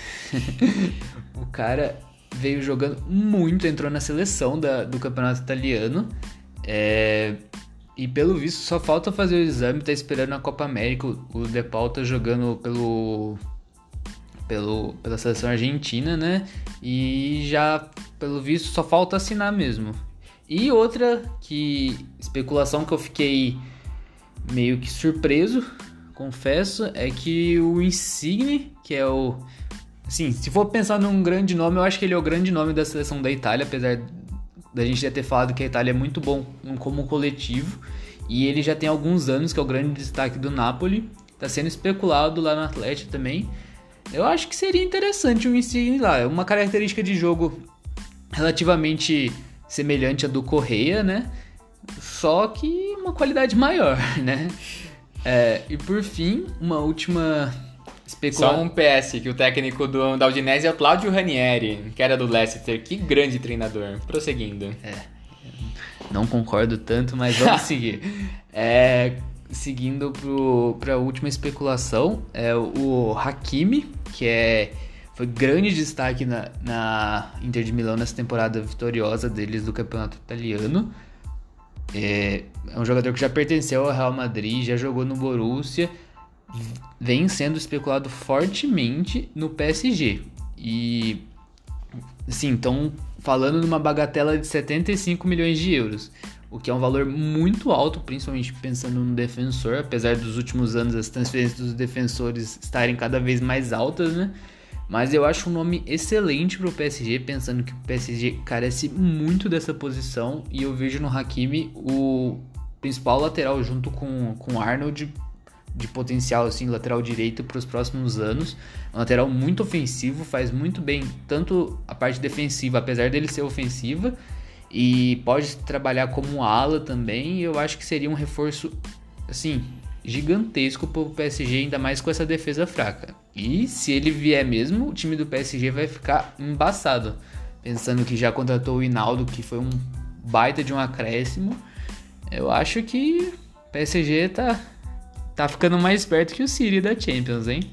S2: O cara veio jogando muito, entrou na seleção da, do campeonato italiano, é, e pelo visto só falta fazer o exame, tá esperando a Copa América. O De Paul tá jogando pelo, pelo, pela seleção argentina, né? E já, pelo visto, só falta assinar mesmo. E outra que especulação que eu fiquei meio que surpreso, confesso, é que o Insigne, que é o... Assim, se for pensar num grande nome, eu acho que ele é o grande nome da seleção da Itália, apesar da gente já ter falado que a Itália é muito bom como coletivo. E ele já tem alguns anos que é o grande destaque do Napoli. Está sendo especulado lá no Atlético também. Eu acho que seria interessante o Insigne lá. É uma característica de jogo relativamente semelhante à do Correa, né? Só que uma qualidade maior, né? É, e por fim, uma última especulação.
S1: Só um P S, que o técnico do, da Udinese é o Claudio Ranieri, que era do Leicester. Que grande treinador. Prosseguindo.
S2: É, não concordo tanto, mas vamos seguir. É, seguindo para a última especulação, é o Hakimi, que é, foi grande destaque na, na Inter de Milão nessa temporada vitoriosa deles do campeonato italiano. É, é um jogador que já pertenceu ao Real Madrid, já jogou no Borussia, vem sendo especulado fortemente no P S G. E, assim, estão falando numa bagatela de setenta e cinco milhões de euros, o que é um valor muito alto, principalmente pensando no defensor, apesar dos últimos anos as transferências dos defensores estarem cada vez mais altas, né? Mas eu acho um nome excelente para o P S G, pensando que o P S G carece muito dessa posição, e eu vejo no Hakimi o principal lateral junto com, com o Arnold de potencial, assim, lateral direito para os próximos anos. Um lateral muito ofensivo, faz muito bem tanto a parte defensiva, apesar dele ser ofensiva, e pode trabalhar como ala também. E eu acho que seria um reforço, assim, gigantesco para o P S G, ainda mais com essa defesa fraca. E se ele vier mesmo, o time do P S G vai ficar embaçado, pensando que já contratou o Hinaldo, que foi um baita de um acréscimo. Eu acho que o P S G tá... Tá ficando mais perto que o City da Champions, hein?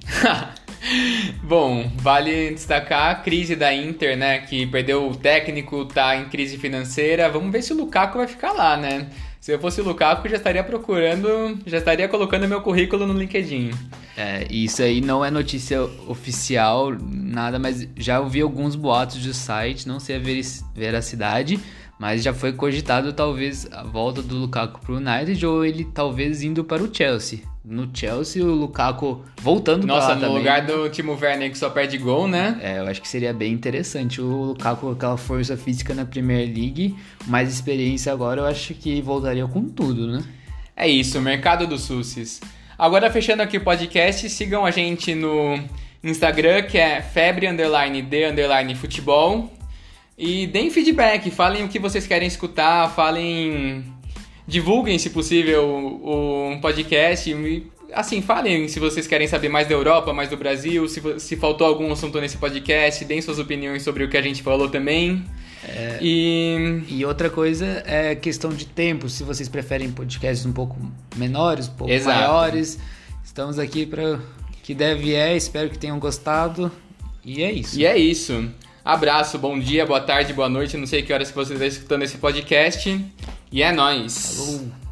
S1: Bom, vale destacar a crise da Inter, né? Que perdeu o técnico, tá em crise financeira. Vamos ver se o Lukaku vai ficar lá, né? Se eu fosse o Lukaku, já estaria procurando, já estaria colocando meu currículo no LinkedIn.
S2: É, isso aí não é notícia oficial, nada, mas já ouvi alguns boatos do site, não sei a veracidade, mas já foi cogitado talvez a volta do Lukaku para o United, ou ele talvez indo para o Chelsea. No Chelsea, o Lukaku voltando para lá também.
S1: Nossa, no lugar do Timo Werner, que só perde gol, né?
S2: É, eu acho que seria bem interessante o Lukaku com aquela força física na Premier League, mais experiência agora, eu acho que voltaria com tudo, né?
S1: É isso, mercado dos Sussis. Agora, fechando aqui o podcast, sigam a gente no Instagram, que é febre underline de underline futebol. E deem feedback, falem o que vocês querem escutar, falem, divulguem se possível o, o podcast, e, assim, falem se vocês querem saber mais da Europa, mais do Brasil, se, se faltou algum assunto nesse podcast, deem suas opiniões sobre o que a gente falou também.
S2: É,
S1: e...
S2: e outra coisa é questão de tempo, se vocês preferem podcasts um pouco menores, um pouco
S1: Exato.
S2: maiores, estamos aqui para que deve é, espero que tenham gostado, e é isso.
S1: E é isso. Abraço, bom dia, boa tarde, boa noite, não sei que horas que você está escutando esse podcast. E é nóis.
S2: Falou.